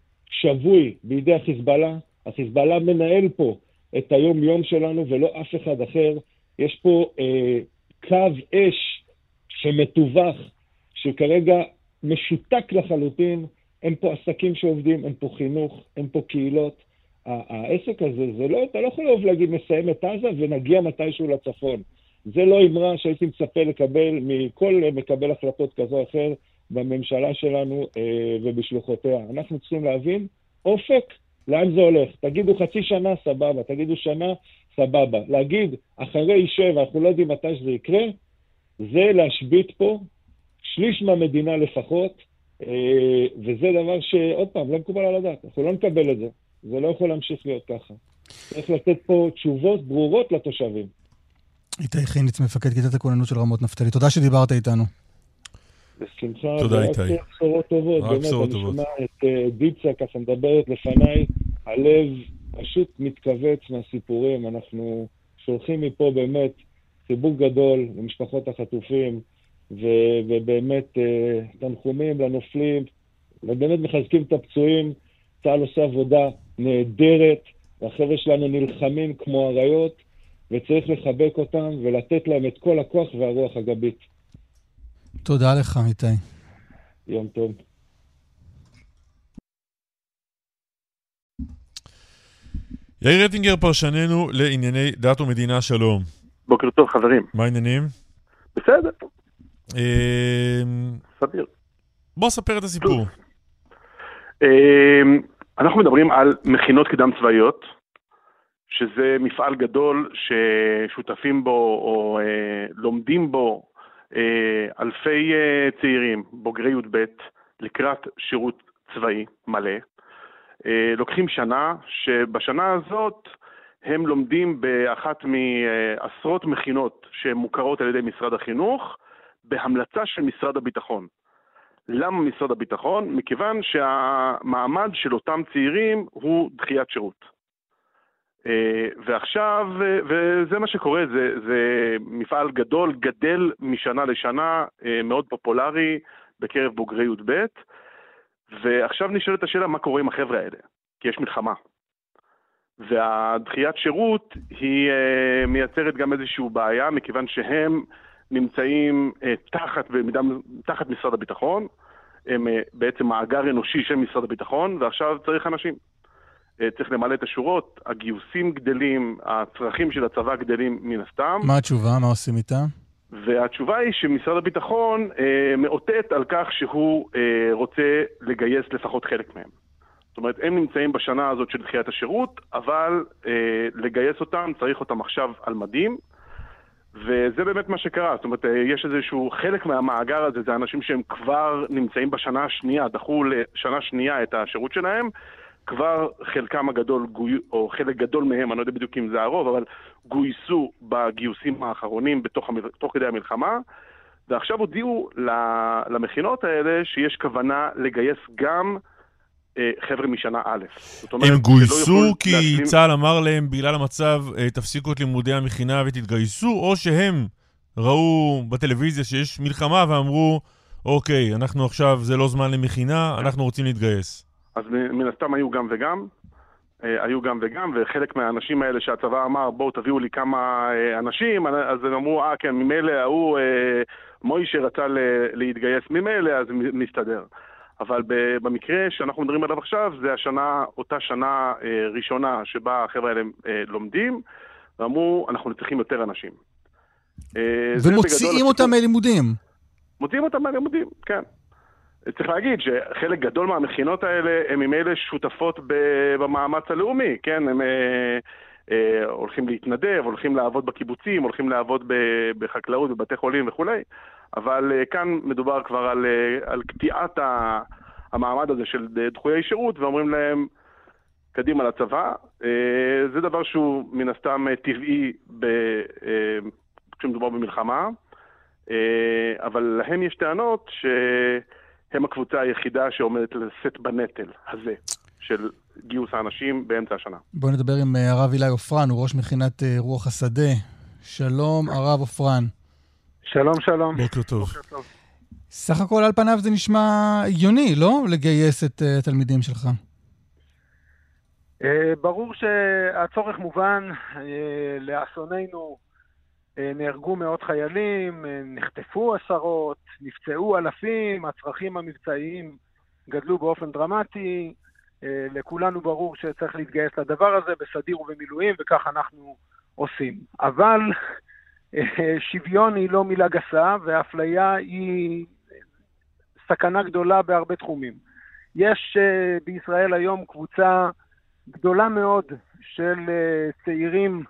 שבוי בידי החיזבאללה. החיזבאללה מנהל פה את היום יום שלנו ולא אף אחד אחר. יש פה אה, קו אש שמטווח, שכרגע משותק לחלוטין. אין פה עסקים שעובדים, אין פה חינוך, אין פה קהילות. העסק הזה, זה לא, אתה לא יכול לבוא להגיד נסיים את עזה ונגיע מתישהו לצפון. זה לא אמרה שהייתי מצפה לקבל מכל מקבל החלטות כזו או אחר בממשלה שלנו אה, ובשלוחותיה. אנחנו צריכים להבין אופק, לאן זה הולך. תגידו חצי שנה, סבבה. תגידו שנה, סבבה. להגיד אחרי שבע, אנחנו לא יודעים מתי שזה יקרה, זה להשבית פה שליש מהמדינה לפחות, אה, וזה דבר שעוד פעם, לא מקובל על הדעת. אנחנו לא נקבל את זה. זה לא יכול להמשיך להיות ככה. צריך לתת פה תשובות ברורות לתושבים. איתי חיניץ, מפקד כיתת הכוננות של רמות נפתלי. תודה שדיברת איתנו. בשמחה. תודה איתי. רק בשורות טובות. רק בשורות טובות. אני שומע את דיצה ככה מדברת לפניי. הלב פשוט מתכווץ מהסיפורים. אנחנו שולחים מפה באמת חיבוק גדול למשפחות החטופים, ו- ובאמת uh, תנחומים לנופלים, ובאמת מחזקים את הפצועים. צה"ל עושה עבודה נהדרת, והחבר'ה שלנו נלחמים כמו אריות, וצריך לחבק אותם ולתת להם את כל הכוח והרוח הגבית. תודה לך, איתי. יום טוב. יאיר רטינגר, פרשננו לענייני דת ומדינה, שלום. בוקר טוב, חברים. מה העניינים? בסדר. אה... סביר. בוא ספר את הסיפור. אה... אנחנו מדברים על מכינות קדם צבאיות, שזה מפעל גדול ששותפים בו או אה, לומדים בו אה, אלפי אה, צעירים, בוגרי י' ב', לקראת שירות צבאי מלא. אה, לוקחים שנה, שבשנה הזאת הם לומדים באחת מעשרות מכינות שמוכרות על ידי משרד החינוך, בהמלצה של משרד הביטחון. למה משרד הביטחון? מכיוון שהמעמד של אותם צעירים הוא דחיית שירות. ועכשיו, וזה מה שקורה, זה, זה מפעל גדול, גדל משנה לשנה, מאוד פופולרי בקרב בוגרי י' ב', ועכשיו נשאלת השאלה מה קורה עם החבר'ה האלה, כי יש מלחמה. והדחיית שירות היא מייצרת גם איזושהי בעיה, מכיוון שהם נמצאים תחת, תחת משרד הביטחון, הם בעצם מאגר אנושי של משרד הביטחון, ועכשיו צריך אנשים. צריך למלא את השורות, הגיוסים גדלים, הצרכים של הצבא גדלים מן הסתם. מה התשובה? מה עושים איתם? והתשובה היא שמשרד הביטחון אה, מאותת על כך שהוא אה, רוצה לגייס לפחות חלק מהם. זאת אומרת, הם נמצאים בשנה הזאת של דחיית השירות, אבל אה, לגייס אותם, צריך אותם עכשיו על מדים, וזה באמת מה שקרה. זאת אומרת, יש איזשהו חלק מהמאגר הזה, זה אנשים שהם כבר נמצאים בשנה השנייה, דחו לשנה שנייה את השירות שלהם, כבר חלקם הגדול, או חלק גדול מהם, אני לא יודע בדיוק אם זה הרוב, אבל גויסו בגיוסים האחרונים בתוך, תוך כדי המלחמה, ועכשיו הודיעו למכינות האלה שיש כוונה לגייס גם אה, חבר'ה משנה א'. הם גויסו כי להשלים... צה"ל אמר להם בגלל המצב, תפסיקו את לימודי המכינה ותתגייסו, או שהם ראו בטלוויזיה שיש מלחמה ואמרו, אוקיי, אנחנו עכשיו, זה לא זמן למכינה, אנחנו רוצים להתגייס. אז מן הסתם היו גם וגם, היו גם וגם, וחלק מהאנשים האלה שהצבא אמר, בואו תביאו לי כמה אנשים, אז הם אמרו, אה כן, ממילא ההוא מוישה רצה להתגייס ממילא, אז מסתדר. אבל במקרה שאנחנו מדברים עליו עכשיו, זה השנה, אותה שנה ראשונה שבה החבר'ה האלה לומדים, ואמרו, אנחנו צריכים יותר אנשים. ומוציאים אותם מהלימודים. מוציאים אותם מהלימודים, כן. צריך להגיד שחלק גדול מהמכינות האלה הם ממילא שותפות במאמץ הלאומי, כן? הם אה, אה, הולכים להתנדב, הולכים לעבוד בקיבוצים, הולכים לעבוד בחקלאות, בבתי חולים וכו'. אבל אה, כאן מדובר כבר על, אה, על קטיעת המעמד הזה של דחויי שירות, ואומרים להם, קדימה לצבא. אה, זה דבר שהוא מן הסתם טבעי ב, אה, כשמדובר במלחמה, אה, אבל להם יש טענות ש... הם הקבוצה היחידה שעומדת לשאת בנטל הזה של גיוס האנשים באמצע השנה. בואו נדבר עם הרב אילי עופרן, הוא ראש מכינת רוח השדה. שלום, הרב עופרן. שלום, שלום. בוקר טוב. בוקר טוב. סך הכל על פניו זה נשמע הגיוני, לא? לגייס את התלמידים שלך. ברור שהצורך מובן, לאסוננו נהרגו מאות חיילים, נחטפו עשרות, נפצעו אלפים, הצרכים המבצעיים גדלו באופן דרמטי, לכולנו ברור שצריך להתגייס לדבר הזה בסדיר ובמילואים, וכך אנחנו עושים. אבל שוויון היא לא מילה גסה, והאפליה היא סכנה גדולה בהרבה תחומים. יש בישראל היום קבוצה גדולה מאוד של צעירים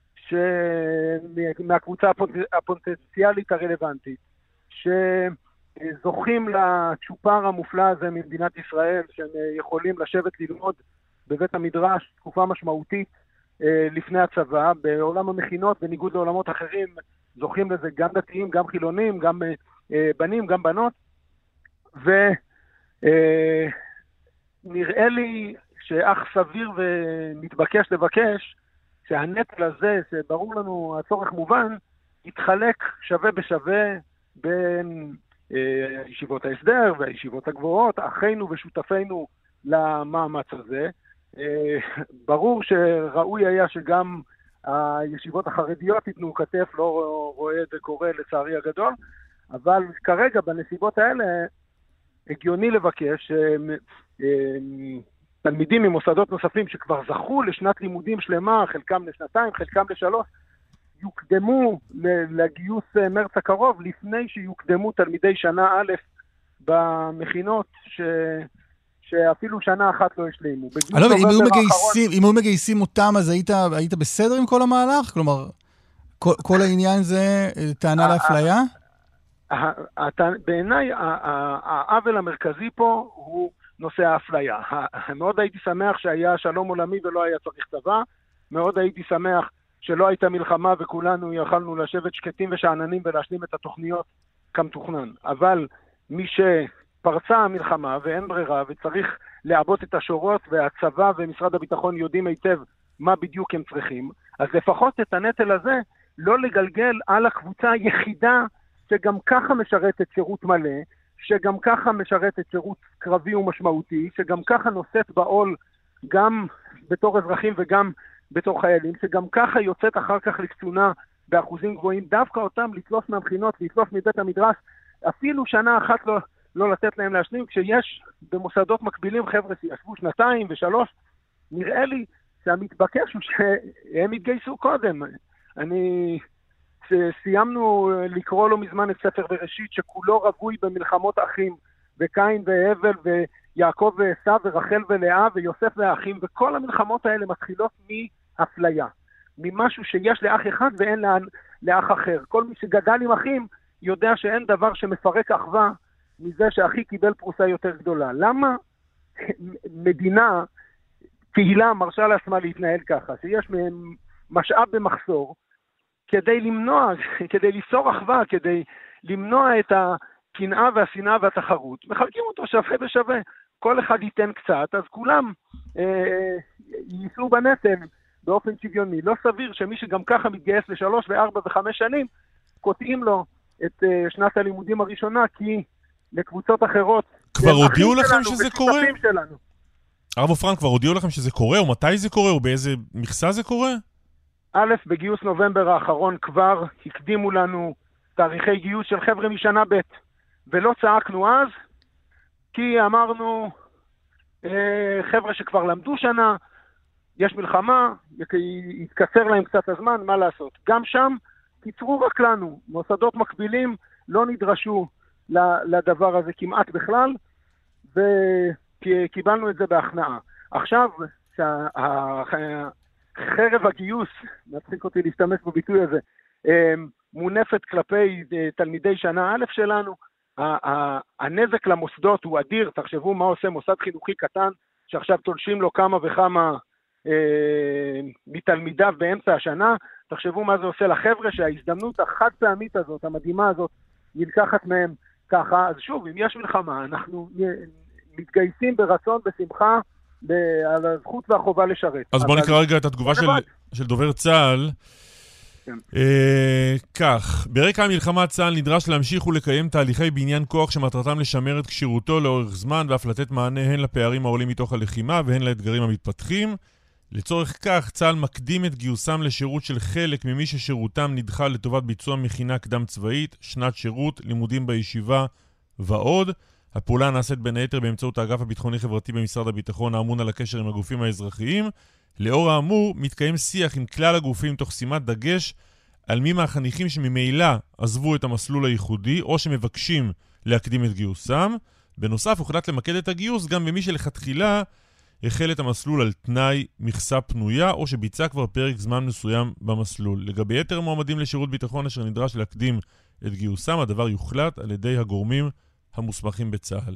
מהקבוצה הפוטנציאלית הרלוונטית, שזוכים לצ'ופר המופלא הזה ממדינת ישראל, שהם יכולים לשבת ללמוד בבית המדרש תקופה משמעותית לפני הצבא. בעולם המכינות, בניגוד לעולמות אחרים, זוכים לזה גם דתיים, גם חילונים, גם בנים, גם בנות, ונראה לי שאך סביר ומתבקש לבקש שהנטל הזה, שברור לנו הצורך מובן, יתחלק שווה בשווה בין אה, ישיבות ההסדר והישיבות הגבוהות, אחינו ושותפינו למאמץ הזה. אה, ברור שראוי היה שגם הישיבות החרדיות ייתנו כתף, לא רואה את זה קורה לצערי הגדול, אבל כרגע בנסיבות האלה הגיוני לבקש תלמידים ממוסדות נוספים שכבר זכו לשנת לימודים שלמה, חלקם לשנתיים, חלקם לשלוש, יוקדמו לגיוס מרץ הקרוב, לפני שיוקדמו תלמידי שנה א' במכינות ש... שאפילו שנה אחת לא השלימו. לא, אם היו מגייסים, אם היו מגייסים אותם, אז היית, היית בסדר עם כל המהלך? כלומר, כל, כל העניין זה טענה לאפליה? בעיניי, העוול המרכזי פה הוא נושא האפליה. מאוד הייתי שמח שהיה שלום עולמי ולא היה צריך צבא, מאוד הייתי שמח שלא הייתה מלחמה וכולנו יכלנו לשבת שקטים ושעננים ולהשלים את התוכניות כמתוכנן. אבל מי שפרצה המלחמה ואין ברירה וצריך לעבות את השורות, והצבא ומשרד הביטחון יודעים היטב מה בדיוק הם צריכים, אז לפחות את הנטל הזה לא לגלגל על הקבוצה היחידה שגם ככה משרתת שירות מלא, שגם ככה משרתת שירות קרבי ומשמעותי, שגם ככה נושאת בעול גם בתור אזרחים וגם בתור חיילים, שגם ככה יוצאת אחר כך לקצונה באחוזים גבוהים, דווקא אותם לתלוש מהמכינות, לתלוש מבית המדרש, אפילו שנה אחת לא, לא לתת להם להשלים, כשיש במוסדות מקבילים חבר'ה שישבו שנתיים ושלוש, נראה לי שהמתבקש הוא שהם יתגייסו קודם. אני... סיימנו לקרוא לו מזמן את ספר בראשית, שכולו רבוי במלחמות אחים, וקין והבל ויעקב ועשיו ורחל ולאה ויוסף והאחים, וכל המלחמות האלה מתחילות מאפליה, ממשהו שיש לאח אחד ואין לאח אחר. כל מי שגדל עם אחים יודע שאין דבר שמפרק אחווה מזה שאחי קיבל פרוסה יותר גדולה. למה מדינה, קהילה, מרשה לעצמה להתנהל ככה, שיש משאב במחסור, כדי למנוע, כדי ליצור אחווה, כדי למנוע את הקנאה והשנאה והתחרות, מחלקים אותו שווה בשווה. כל אחד ייתן קצת, אז כולם אה, יישאו בנטל באופן שוויוני. לא סביר שמי שגם ככה מתגייס לשלוש וארבע וחמש שנים, קוטעים לו את אה, שנת הלימודים הראשונה, כי לקבוצות אחרות... כבר הודיעו לכם שזה קורה? שלנו. הרב עופרן, כבר הודיעו לכם שזה קורה, או מתי זה קורה, או באיזה מכסה זה קורה? א', בגיוס נובמבר האחרון כבר הקדימו לנו תאריכי גיוס של חבר'ה משנה ב', ולא צעקנו אז, כי אמרנו, אה, חבר'ה שכבר למדו שנה, יש מלחמה, יתקצר להם קצת הזמן, מה לעשות? גם שם קיצרו רק לנו, מוסדות מקבילים לא נדרשו לדבר הזה כמעט בכלל, וקיבלנו את זה בהכנעה. עכשיו, שה... חרב הגיוס, נצחיק אותי להשתמש בביטוי הזה, מונפת כלפי תלמידי שנה א' שלנו, הנזק למוסדות הוא אדיר. תחשבו מה עושה מוסד חינוכי קטן, שעכשיו תולשים לו כמה וכמה מתלמידיו באמצע השנה, תחשבו מה זה עושה לחבר'ה, שההזדמנות החד פעמית הזאת, המדהימה הזאת, נלקחת מהם ככה. אז שוב, אם יש מלחמה, אנחנו מתגייסים ברצון, בשמחה, על הזכות והחובה לשרת. אז בוא נקרא רגע את התגובה של, של דובר צה"ל. כן. אה, כך, ברקע המלחמה צה"ל נדרש להמשיך ולקיים תהליכי בניין כוח שמטרתם לשמר את כשירותו לאורך זמן, ואף לתת מענה הן לפערים העולים מתוך הלחימה והן לאתגרים המתפתחים. לצורך כך, צה"ל מקדים את גיוסם לשירות של חלק ממי ששירותם נדחה לטובת ביצוע מכינה קדם צבאית, שנת שירות, לימודים בישיבה ועוד. הפעולה נעשית בין היתר באמצעות האגף הביטחוני-חברתי במשרד הביטחון, האמון על הקשר עם הגופים האזרחיים. לאור האמור, מתקיים שיח עם כלל הגופים תוך שימת דגש על מי מהחניכים שממילא עזבו את המסלול הייחודי או שמבקשים להקדים את גיוסם. בנוסף, הוחלט למקד את הגיוס גם במי שלכתחילה החל את המסלול על תנאי מכסה פנויה או שביצע כבר פרק זמן מסוים במסלול. לגבי יתר המועמדים לשירות ביטחון אשר נדרש להקדים את גיוסם, הדבר יוחלט על ידי הגורמים המוסמכים בצה"ל.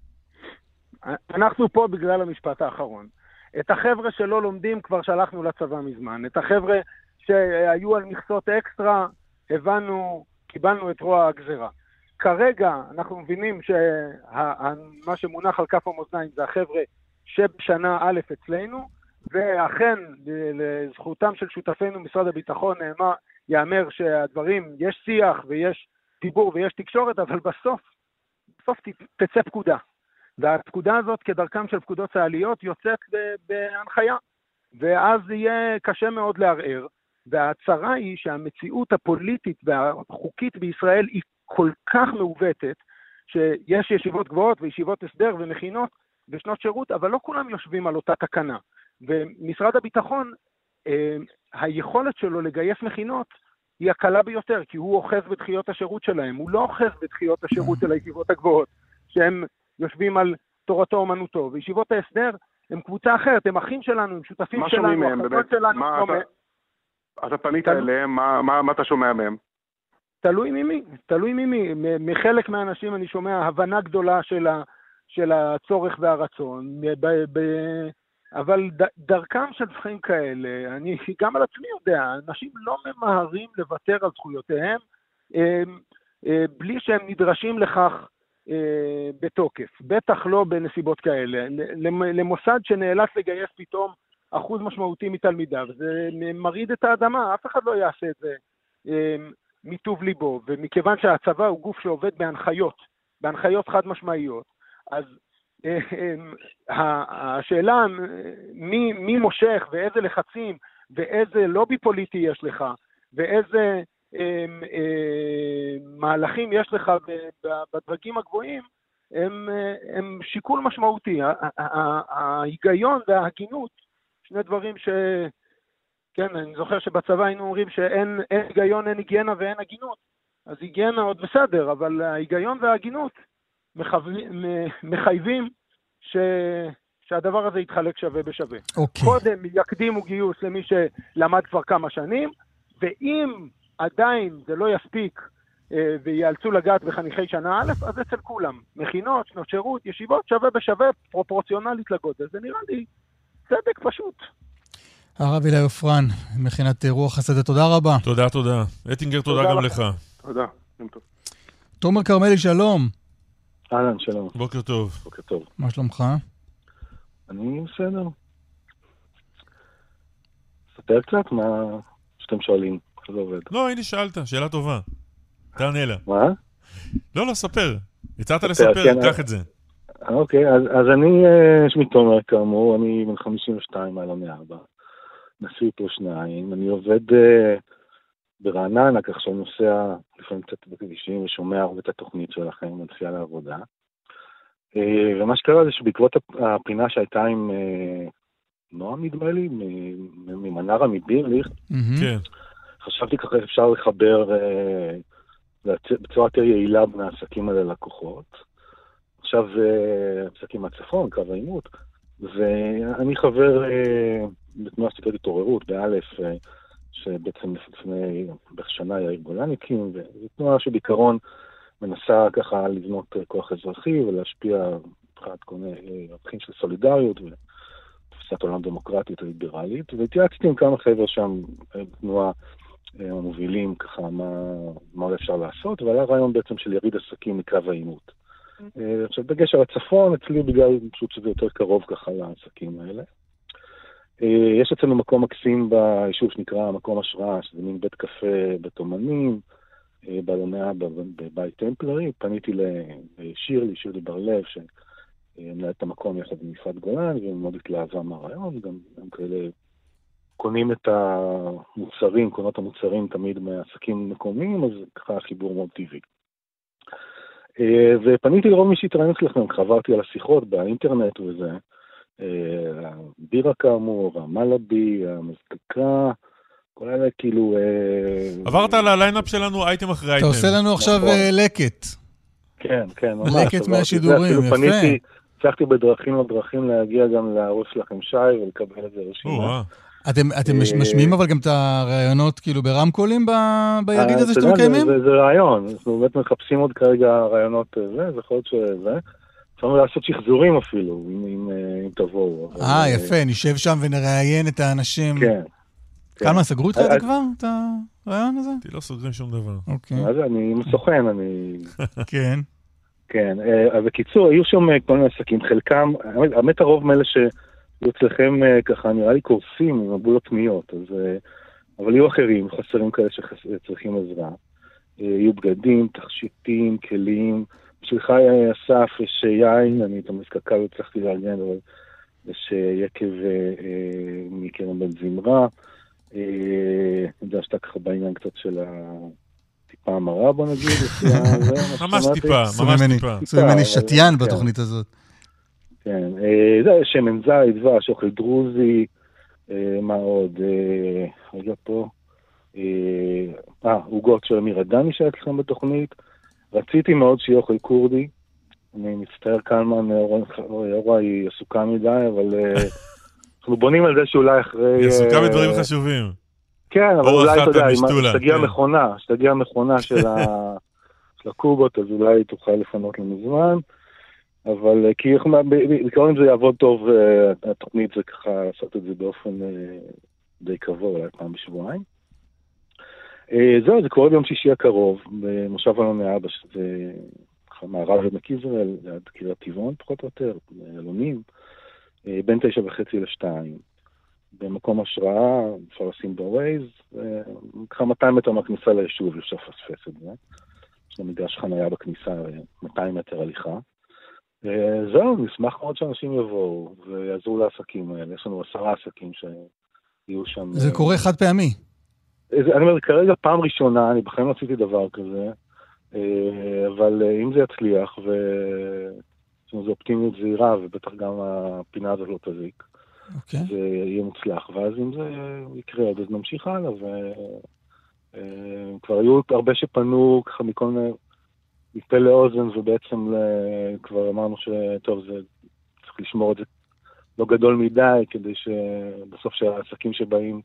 אנחנו פה בגלל המשפט האחרון. את החבר'ה שלא לומדים כבר שלחנו לצבא מזמן. את החבר'ה שהיו על מכסות אקסטרה, הבנו, קיבלנו את רוע הגזרה. כרגע אנחנו מבינים שמה שמונח על כף המאזניים זה החבר'ה שבשנה א' אצלנו, ואכן, לזכותם של שותפינו משרד הביטחון יאמר שהדברים, יש שיח ויש דיבור ויש תקשורת, אבל בסוף, בסוף תצא פקודה. והפקודה הזאת, כדרכם של פקודות צה"ליות, יוצאת בהנחיה. ואז יהיה קשה מאוד לערער. והצרה היא שהמציאות הפוליטית והחוקית בישראל היא כל כך מעוותת, שיש ישיבות גבוהות וישיבות הסדר ומכינות ושנות שירות, אבל לא כולם יושבים על אותה תקנה. ומשרד הביטחון, אה, היכולת שלו לגייס מכינות היא הקלה ביותר, כי הוא אוחז בדחיות השירות שלהם. הוא לא אוחז בדחיות השירות של הישיבות הגבוהות, שהם יושבים על תורתו אומנותו. וישיבות ההסדר הם קבוצה אחרת, הם אחים שלנו, הם שותפים מה שלנו. שומעים מהם באמת? שלנו, מה אתה, אתה פנית אליהם, מה, מה, מה אתה שומע מהם? תלוי ממי, תלוי ממי. מחלק מהאנשים אני שומע הבנה גדולה של, ה, של הצורך והרצון, ב, ב, אבל ד, דרכם של דברים כאלה, אני גם על עצמי יודע, אנשים לא ממהרים לוותר על זכויותיהם, בלי שהם נדרשים לכך בתוקף, בטח לא בנסיבות כאלה. למוסד שנאלץ לגייס פתאום אחוז משמעותי מתלמידיו, זה מריד את האדמה, אף אחד לא יעשה את זה מטוב ליבו, ומכיוון שהצבא הוא גוף שעובד בהנחיות, בהנחיות חד משמעיות, אז השאלה מי, מי מושך ואיזה לחצים ואיזה לובי פוליטי יש לך ואיזה הם, הם, מהלכים יש לך בדרגים הגבוהים, הם, הם שיקול משמעותי. ההיגיון וההגינות, שני דברים ש... כן, אני זוכר שבצבא היינו אומרים שאין אין היגיון, אין היגיינה ואין הגינות. אז היגיינה עוד בסדר, אבל ההיגיון וההגינות מחייבים, מחייבים ש... שהדבר הזה יתחלק שווה בשווה. Okay. קודם יקדימו גיוס למי שלמד כבר כמה שנים, ואם עדיין זה לא יספיק אה, ויאלצו לגעת בחניכי שנה א', אז אצל כולם. מכינות, שנות שירות, ישיבות, שווה בשווה, פרופורציונלית לגודל. זה נראה לי צדק פשוט. הרב אילי עופרן, מכינת רוח השדה, תודה רבה. תודה, תודה. אטינגר, תודה, תודה גם לך. לך. תודה. תומר כרמלי, שלום. אהלן, שלום. בוקר טוב. בוקר טוב. מה שלומך? אני בסדר. ספר קצת מה שאתם שואלים. זה עובד. לא, הנה שאלת, שאלה טובה. תענה לה. מה? לא, לא, ספר. הצעת לספר, כן, קח את זה. אוקיי, אז, אז אני, שמי תומר כאמור, אני בן חמישים ושתיים מעלה מארבע. נשוי פה שניים. אני עובד uh, ברעננה, כך שאני נוסע לפעמים קצת בכבישים ושומע הרבה את התוכנית שלכם, מנסיעה לעבודה. Uh, ומה שקרה זה שבעקבות הפינה שהייתה עם uh, נועם, נדמה לי, ממנרה מבירליך, כן. חשבתי ככה אפשר לחבר uh, בצורה יותר יעילה בין העסקים האלה ללקוחות. עכשיו uh, עסקים מהצפון, קו העימות, ואני חבר uh, בתנועה סטיקת התעוררות, באלף, uh, שבעצם לפני בערך שנה יאיר גולן הקים, וזו תנועה שבעיקרון מנסה ככה לבנות כוח אזרחי ולהשפיע מבחינת כל מיני ערכים של סולידריות ותפיסת עולם דמוקרטית ליברלית, והתייעצתי עם כמה חבר'ה שם בתנועה המובילים ככה מה, מה אפשר לעשות, ועלה רעיון בעצם של יריד עסקים מקו העימות. עכשיו דגש על הצפון, אצלי בגלל פשוט שזה יותר קרוב ככה לעסקים האלה. יש אצלנו מקום מקסים ביישוב שנקרא מקום השראה, שזה מין בית קפה בתומנים, בעלוניה בבית טמפלרי. פניתי לשירלי, שירלי בר-לב, שמנהל את המקום יחד עם יפעת גולן, ומאוד התלהבה מהרעיון, גם הם כאלה קונים את המוצרים, קונות המוצרים תמיד מעסקים מקומיים, אז ככה החיבור מאוד טבעי. ופניתי לרוב מי שהתראיין אצלכם, חברתי על השיחות באינטרנט וזה, בירה כאמור, המלאבי, המזדקה, כל אלה כאילו... עברת על הליינאפ שלנו אייטם אחרי אייטם. אתה עושה לנו עכשיו לקט. כן, כן. לקט מהשידורים, יפה. הצלחתי בדרכים לדרכים להגיע גם לערוץ שלכם שי ולקבל את זה רשימה. אתם משמיעים אבל גם את הרעיונות כאילו ברמקולים ביריד הזה שאתם מקיימים? זה רעיון, אנחנו באמת מחפשים עוד כרגע רעיונות זה, זה יכול להיות שזה. אפשר לעשות שחזורים אפילו, אם תבואו. אה, יפה, נשב שם ונראיין את האנשים. כן. כמה סגרו את זה כבר, את הרעיון הזה? לא סוגרים שום דבר. אוקיי. אז אני מסוכן, אני... כן. כן, בקיצור, היו שם כל מיני עסקים, חלקם, האמת הרוב מאלה אצלכם ככה נראה לי קורסים עם מבולות תמיות, אז, אבל יהיו אחרים, חסרים כאלה שצריכים עזרה. יהיו בגדים, תכשיטים, כלים. בשבילך אסף יש יין, אני את המזקקה לא הצלחתי לארגן, אבל יש יקב מקרן בן זמרה. אני יודע שאתה ככה בעניין קצת של הטיפה המרה, בוא נגיד. ממש טיפה, ממש טיפה. עשו ממני שתיין בתוכנית הזאת. כן, זה שמן זית, דבש, אוכל דרוזי, מה עוד? רגע פה. אה, עוגות של אמיר אדני שהיה אצלכם בתוכנית. רציתי מאוד שיהיה אוכל קורדי. אני מצטער קלמן, אורה היא עסוקה מדי, אבל אנחנו בונים על זה שאולי אחרי... היא עסוקה בדברים חשובים. כן, אבל אולי, אתה יודע, שתגיע מכונה, שתגיע מכונה של הקובות, אז אולי תוכל לפנות לנו זמן. אבל כי בעיקרון אם זה יעבוד טוב, התוכנית זה ככה לעשות את זה באופן די קבוע, אולי פעם בשבועיים. זהו, זה קורה ביום שישי הקרוב, במושב אלוני אבא, שזה מערב עמק יזרעאל, ליד קריית טבעון, פחות או יותר, אלונים, בין תשע וחצי לשתיים. במקום השראה, אפשר לשים בווייז, ככה מאתיים מטר מהכניסה ליישוב, אפשר לפספס את זה. יש לנו מגרש חניה בכניסה, מאתיים מטר הליכה. זהו, נשמח מאוד שאנשים יבואו ויעזרו לעסקים האלה. יש לנו עשרה עסקים שיהיו שם. זה קורה חד פעמי. אני אומר, כרגע פעם ראשונה, אני בחיים לא עשיתי דבר כזה, אבל אם זה יצליח, וזו אופטימיות זהירה, ובטח גם הפינה הזאת לא תזיק, זה יהיה מוצלח. ואז אם זה יקרה, אז נמשיך הלאה, וכבר היו הרבה שפנו ככה מכל מיני... מפה לאוזן, ובעצם כבר אמרנו שטוב, זה צריך לשמור את זה לא גדול מדי, כדי שבסוף שהעסקים שבאים,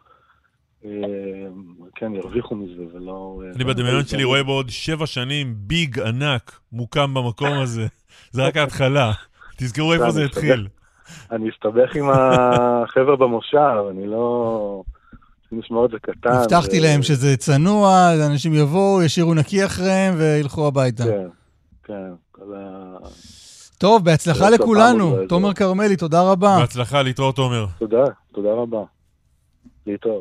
כן, ירוויחו מזה, ולא... אני בדמיון שלי רואה בעוד שבע שנים ביג ענק מוקם במקום הזה. זה רק ההתחלה. תזכרו איפה זה התחיל. אני אסתבך עם החבר'ה במושב, אני לא... נשמור את זה קטן. הבטחתי להם שזה צנוע, אנשים יבואו, ישירו נקי אחריהם וילכו הביתה. כן, כן. טוב, בהצלחה לכולנו. תומר קרמלי, תודה רבה. בהצלחה, להתראות תומר. תודה, תודה רבה. להתראות.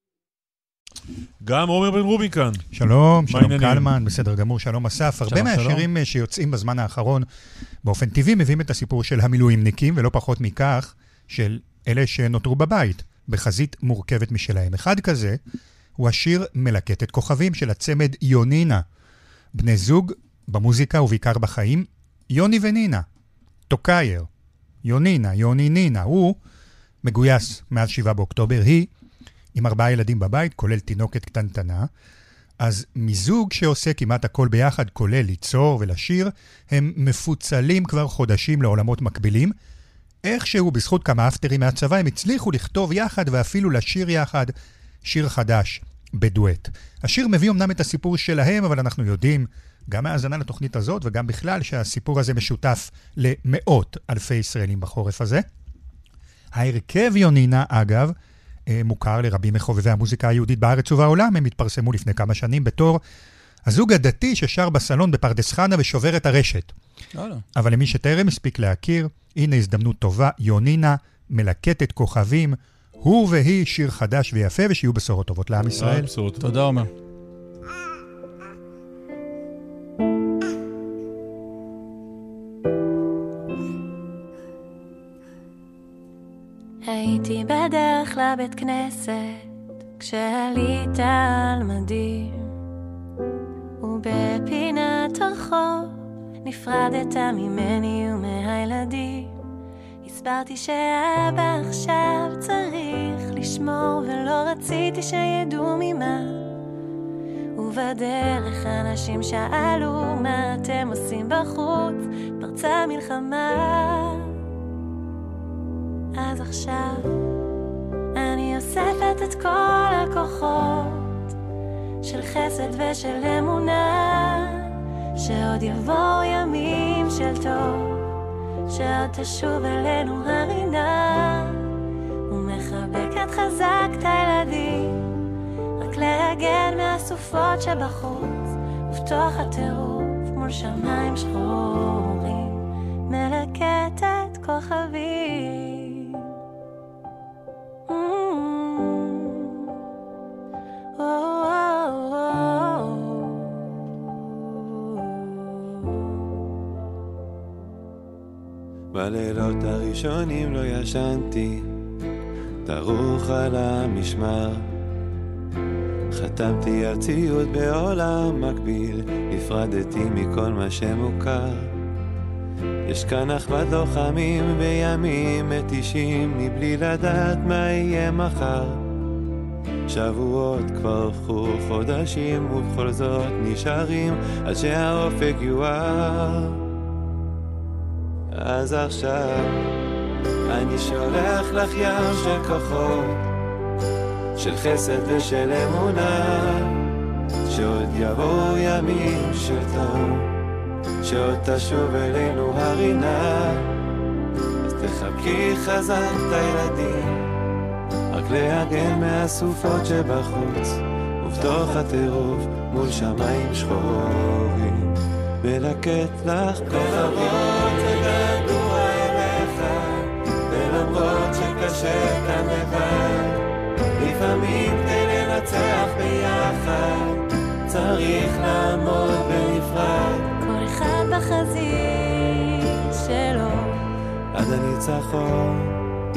גם עומר בן רובין כאן. שלום, שלום קלמן, בסדר גמור, שלום אסף. הרבה מהשירים שיוצאים בזמן האחרון, באופן טבעי מביאים את הסיפור של המילואימניקים, ולא פחות מכך של אלה שנותרו בבית. בחזית מורכבת משלהם. אחד כזה הוא השיר מלקטת כוכבים של הצמד יונינה. בני זוג במוזיקה ובעיקר בחיים, יוני ונינה. טוקייר. יונינה, יוני נינה. הוא מגויס מאז שבעה באוקטובר. היא עם ארבעה ילדים בבית, כולל תינוקת קטנטנה. אז מזוג שעושה כמעט הכל ביחד, כולל ליצור ולשיר, הם מפוצלים כבר חודשים לעולמות מקבילים, איכשהו בזכות כמה אפטרים מהצבא הם הצליחו לכתוב יחד ואפילו לשיר יחד שיר חדש בדואט. השיר מביא אמנם את הסיפור שלהם, אבל אנחנו יודעים גם מהאזנה לתוכנית הזאת וגם בכלל שהסיפור הזה משותף למאות אלפי ישראלים בחורף הזה. ההרכב יונינה אגב מוכר לרבים מחובבי המוזיקה היהודית בארץ ובעולם. הם התפרסמו לפני כמה שנים בתור הזוג הדתי ששר בסלון בפרדס חנה ושובר את הרשת. אבל למי שטרם הספיק להכיר, הנה הזדמנות טובה, יונינה מלקטת כוכבים, הוא והיא שיר חדש ויפה, ושיהיו בשורות טובות לעם ישראל. תודה עומר. הייתי בדרך לבית כנסת כשעלית על מדים ובפינת הרחוב נפרדת ממני ומהילדים. הסברתי שאבא עכשיו צריך לשמור ולא רציתי שידעו ממה. ובדרך אנשים שאלו מה אתם עושים בחוץ, פרצה מלחמה. אז עכשיו אני אוספת את כל הכוחות של חסד ושל אמונה, שעוד יבואו ימים של טוב, שעוד תשוב אלינו הרינה, ומחבקת חזק את הילדים, רק להגן מהסופות שבחוץ, ובתוך הטירוף מול שמיים שחורים, מלקטת כוכבים. בלילות הראשונים לא ישנתי, דרוך על המשמר. חתמתי על ציוד בעולם מקביל, נפרדתי מכל מה שמוכר. יש כאן אחוות לוחמים בימים מתישים, מבלי לדעת מה יהיה מחר. שבועות כבר הפכו חודשים, ובכל זאת נשארים עד שהאופק יואר. אז עכשיו אני שולח לך ים של כוחות, של חסד ושל אמונה, שעוד יבואו ימים של טוב, שעוד תשוב אלינו הרינה. אז תחבקי חזק את הילדים, רק להגן מהסופות שבחוץ, ובתוך הטירוף מול שמיים שחורים מלקט לך כוכבות שגעגוע אליך, ולמרות שקשה כאן לבד, לפעמים כדי לנצח ביחד צריך לעמוד בנפרד, כל אחד בחזית שלו עד הניצחון.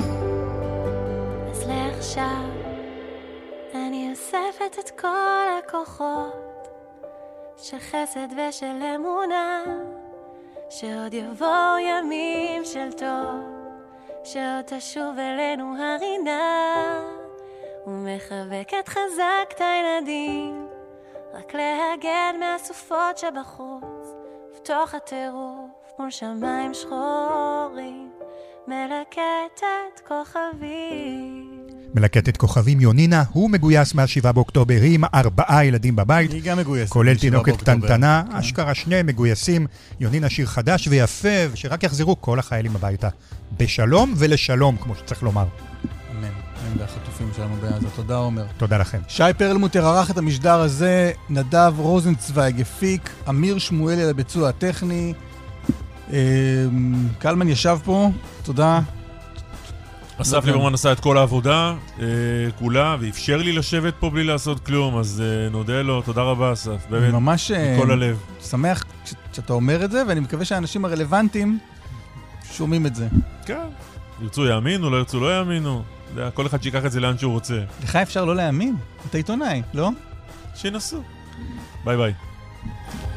אז לעכשיו אני אוספת את כל הכוחות של חסד ושל אמונה, שעוד יבואו ימים של טוב, שעוד תשוב אלינו הרינה, ומחבקת חזק את הילדים, רק להגן מהסופות שבחוץ, ובתוך הטירוף מול שמיים שחורים מלקטת כוכבים. מלקטת כוכבים יונינה, הוא מגויס מהשבעה באוקטובר, היא עם ארבעה ילדים בבית. היא גם מגויסת. כולל תינוקת קטנטנה, אשכרה שני מגויסים. יונינה שיר חדש ויפה, ושרק יחזרו כל החיילים הביתה. בשלום ולשלום, כמו שצריך לומר. אמן. אמן והחטופים שלנו בעזה. תודה עומר. תודה לכם. שי פרלמוטר ערך את המשדר הזה, נדב רוזנצוויג הפיק, אמיר שמואלי על הביצוע הטכני. קלמן ישב פה, תודה. אסף ליברמן עשה את כל העבודה כולה, ואפשר לי לשבת פה בלי לעשות כלום, אז נודה לו, תודה רבה אסף, באמת, ממש מכל הלב. שמח שאתה אומר את זה, ואני מקווה שהאנשים הרלוונטיים שומעים את זה. כן, ירצו יאמינו, לא ירצו לא יאמינו, כל אחד שיקח את זה לאן שהוא רוצה. לך אפשר לא להאמין, אתה עיתונאי, לא? שינסו. ביי ביי.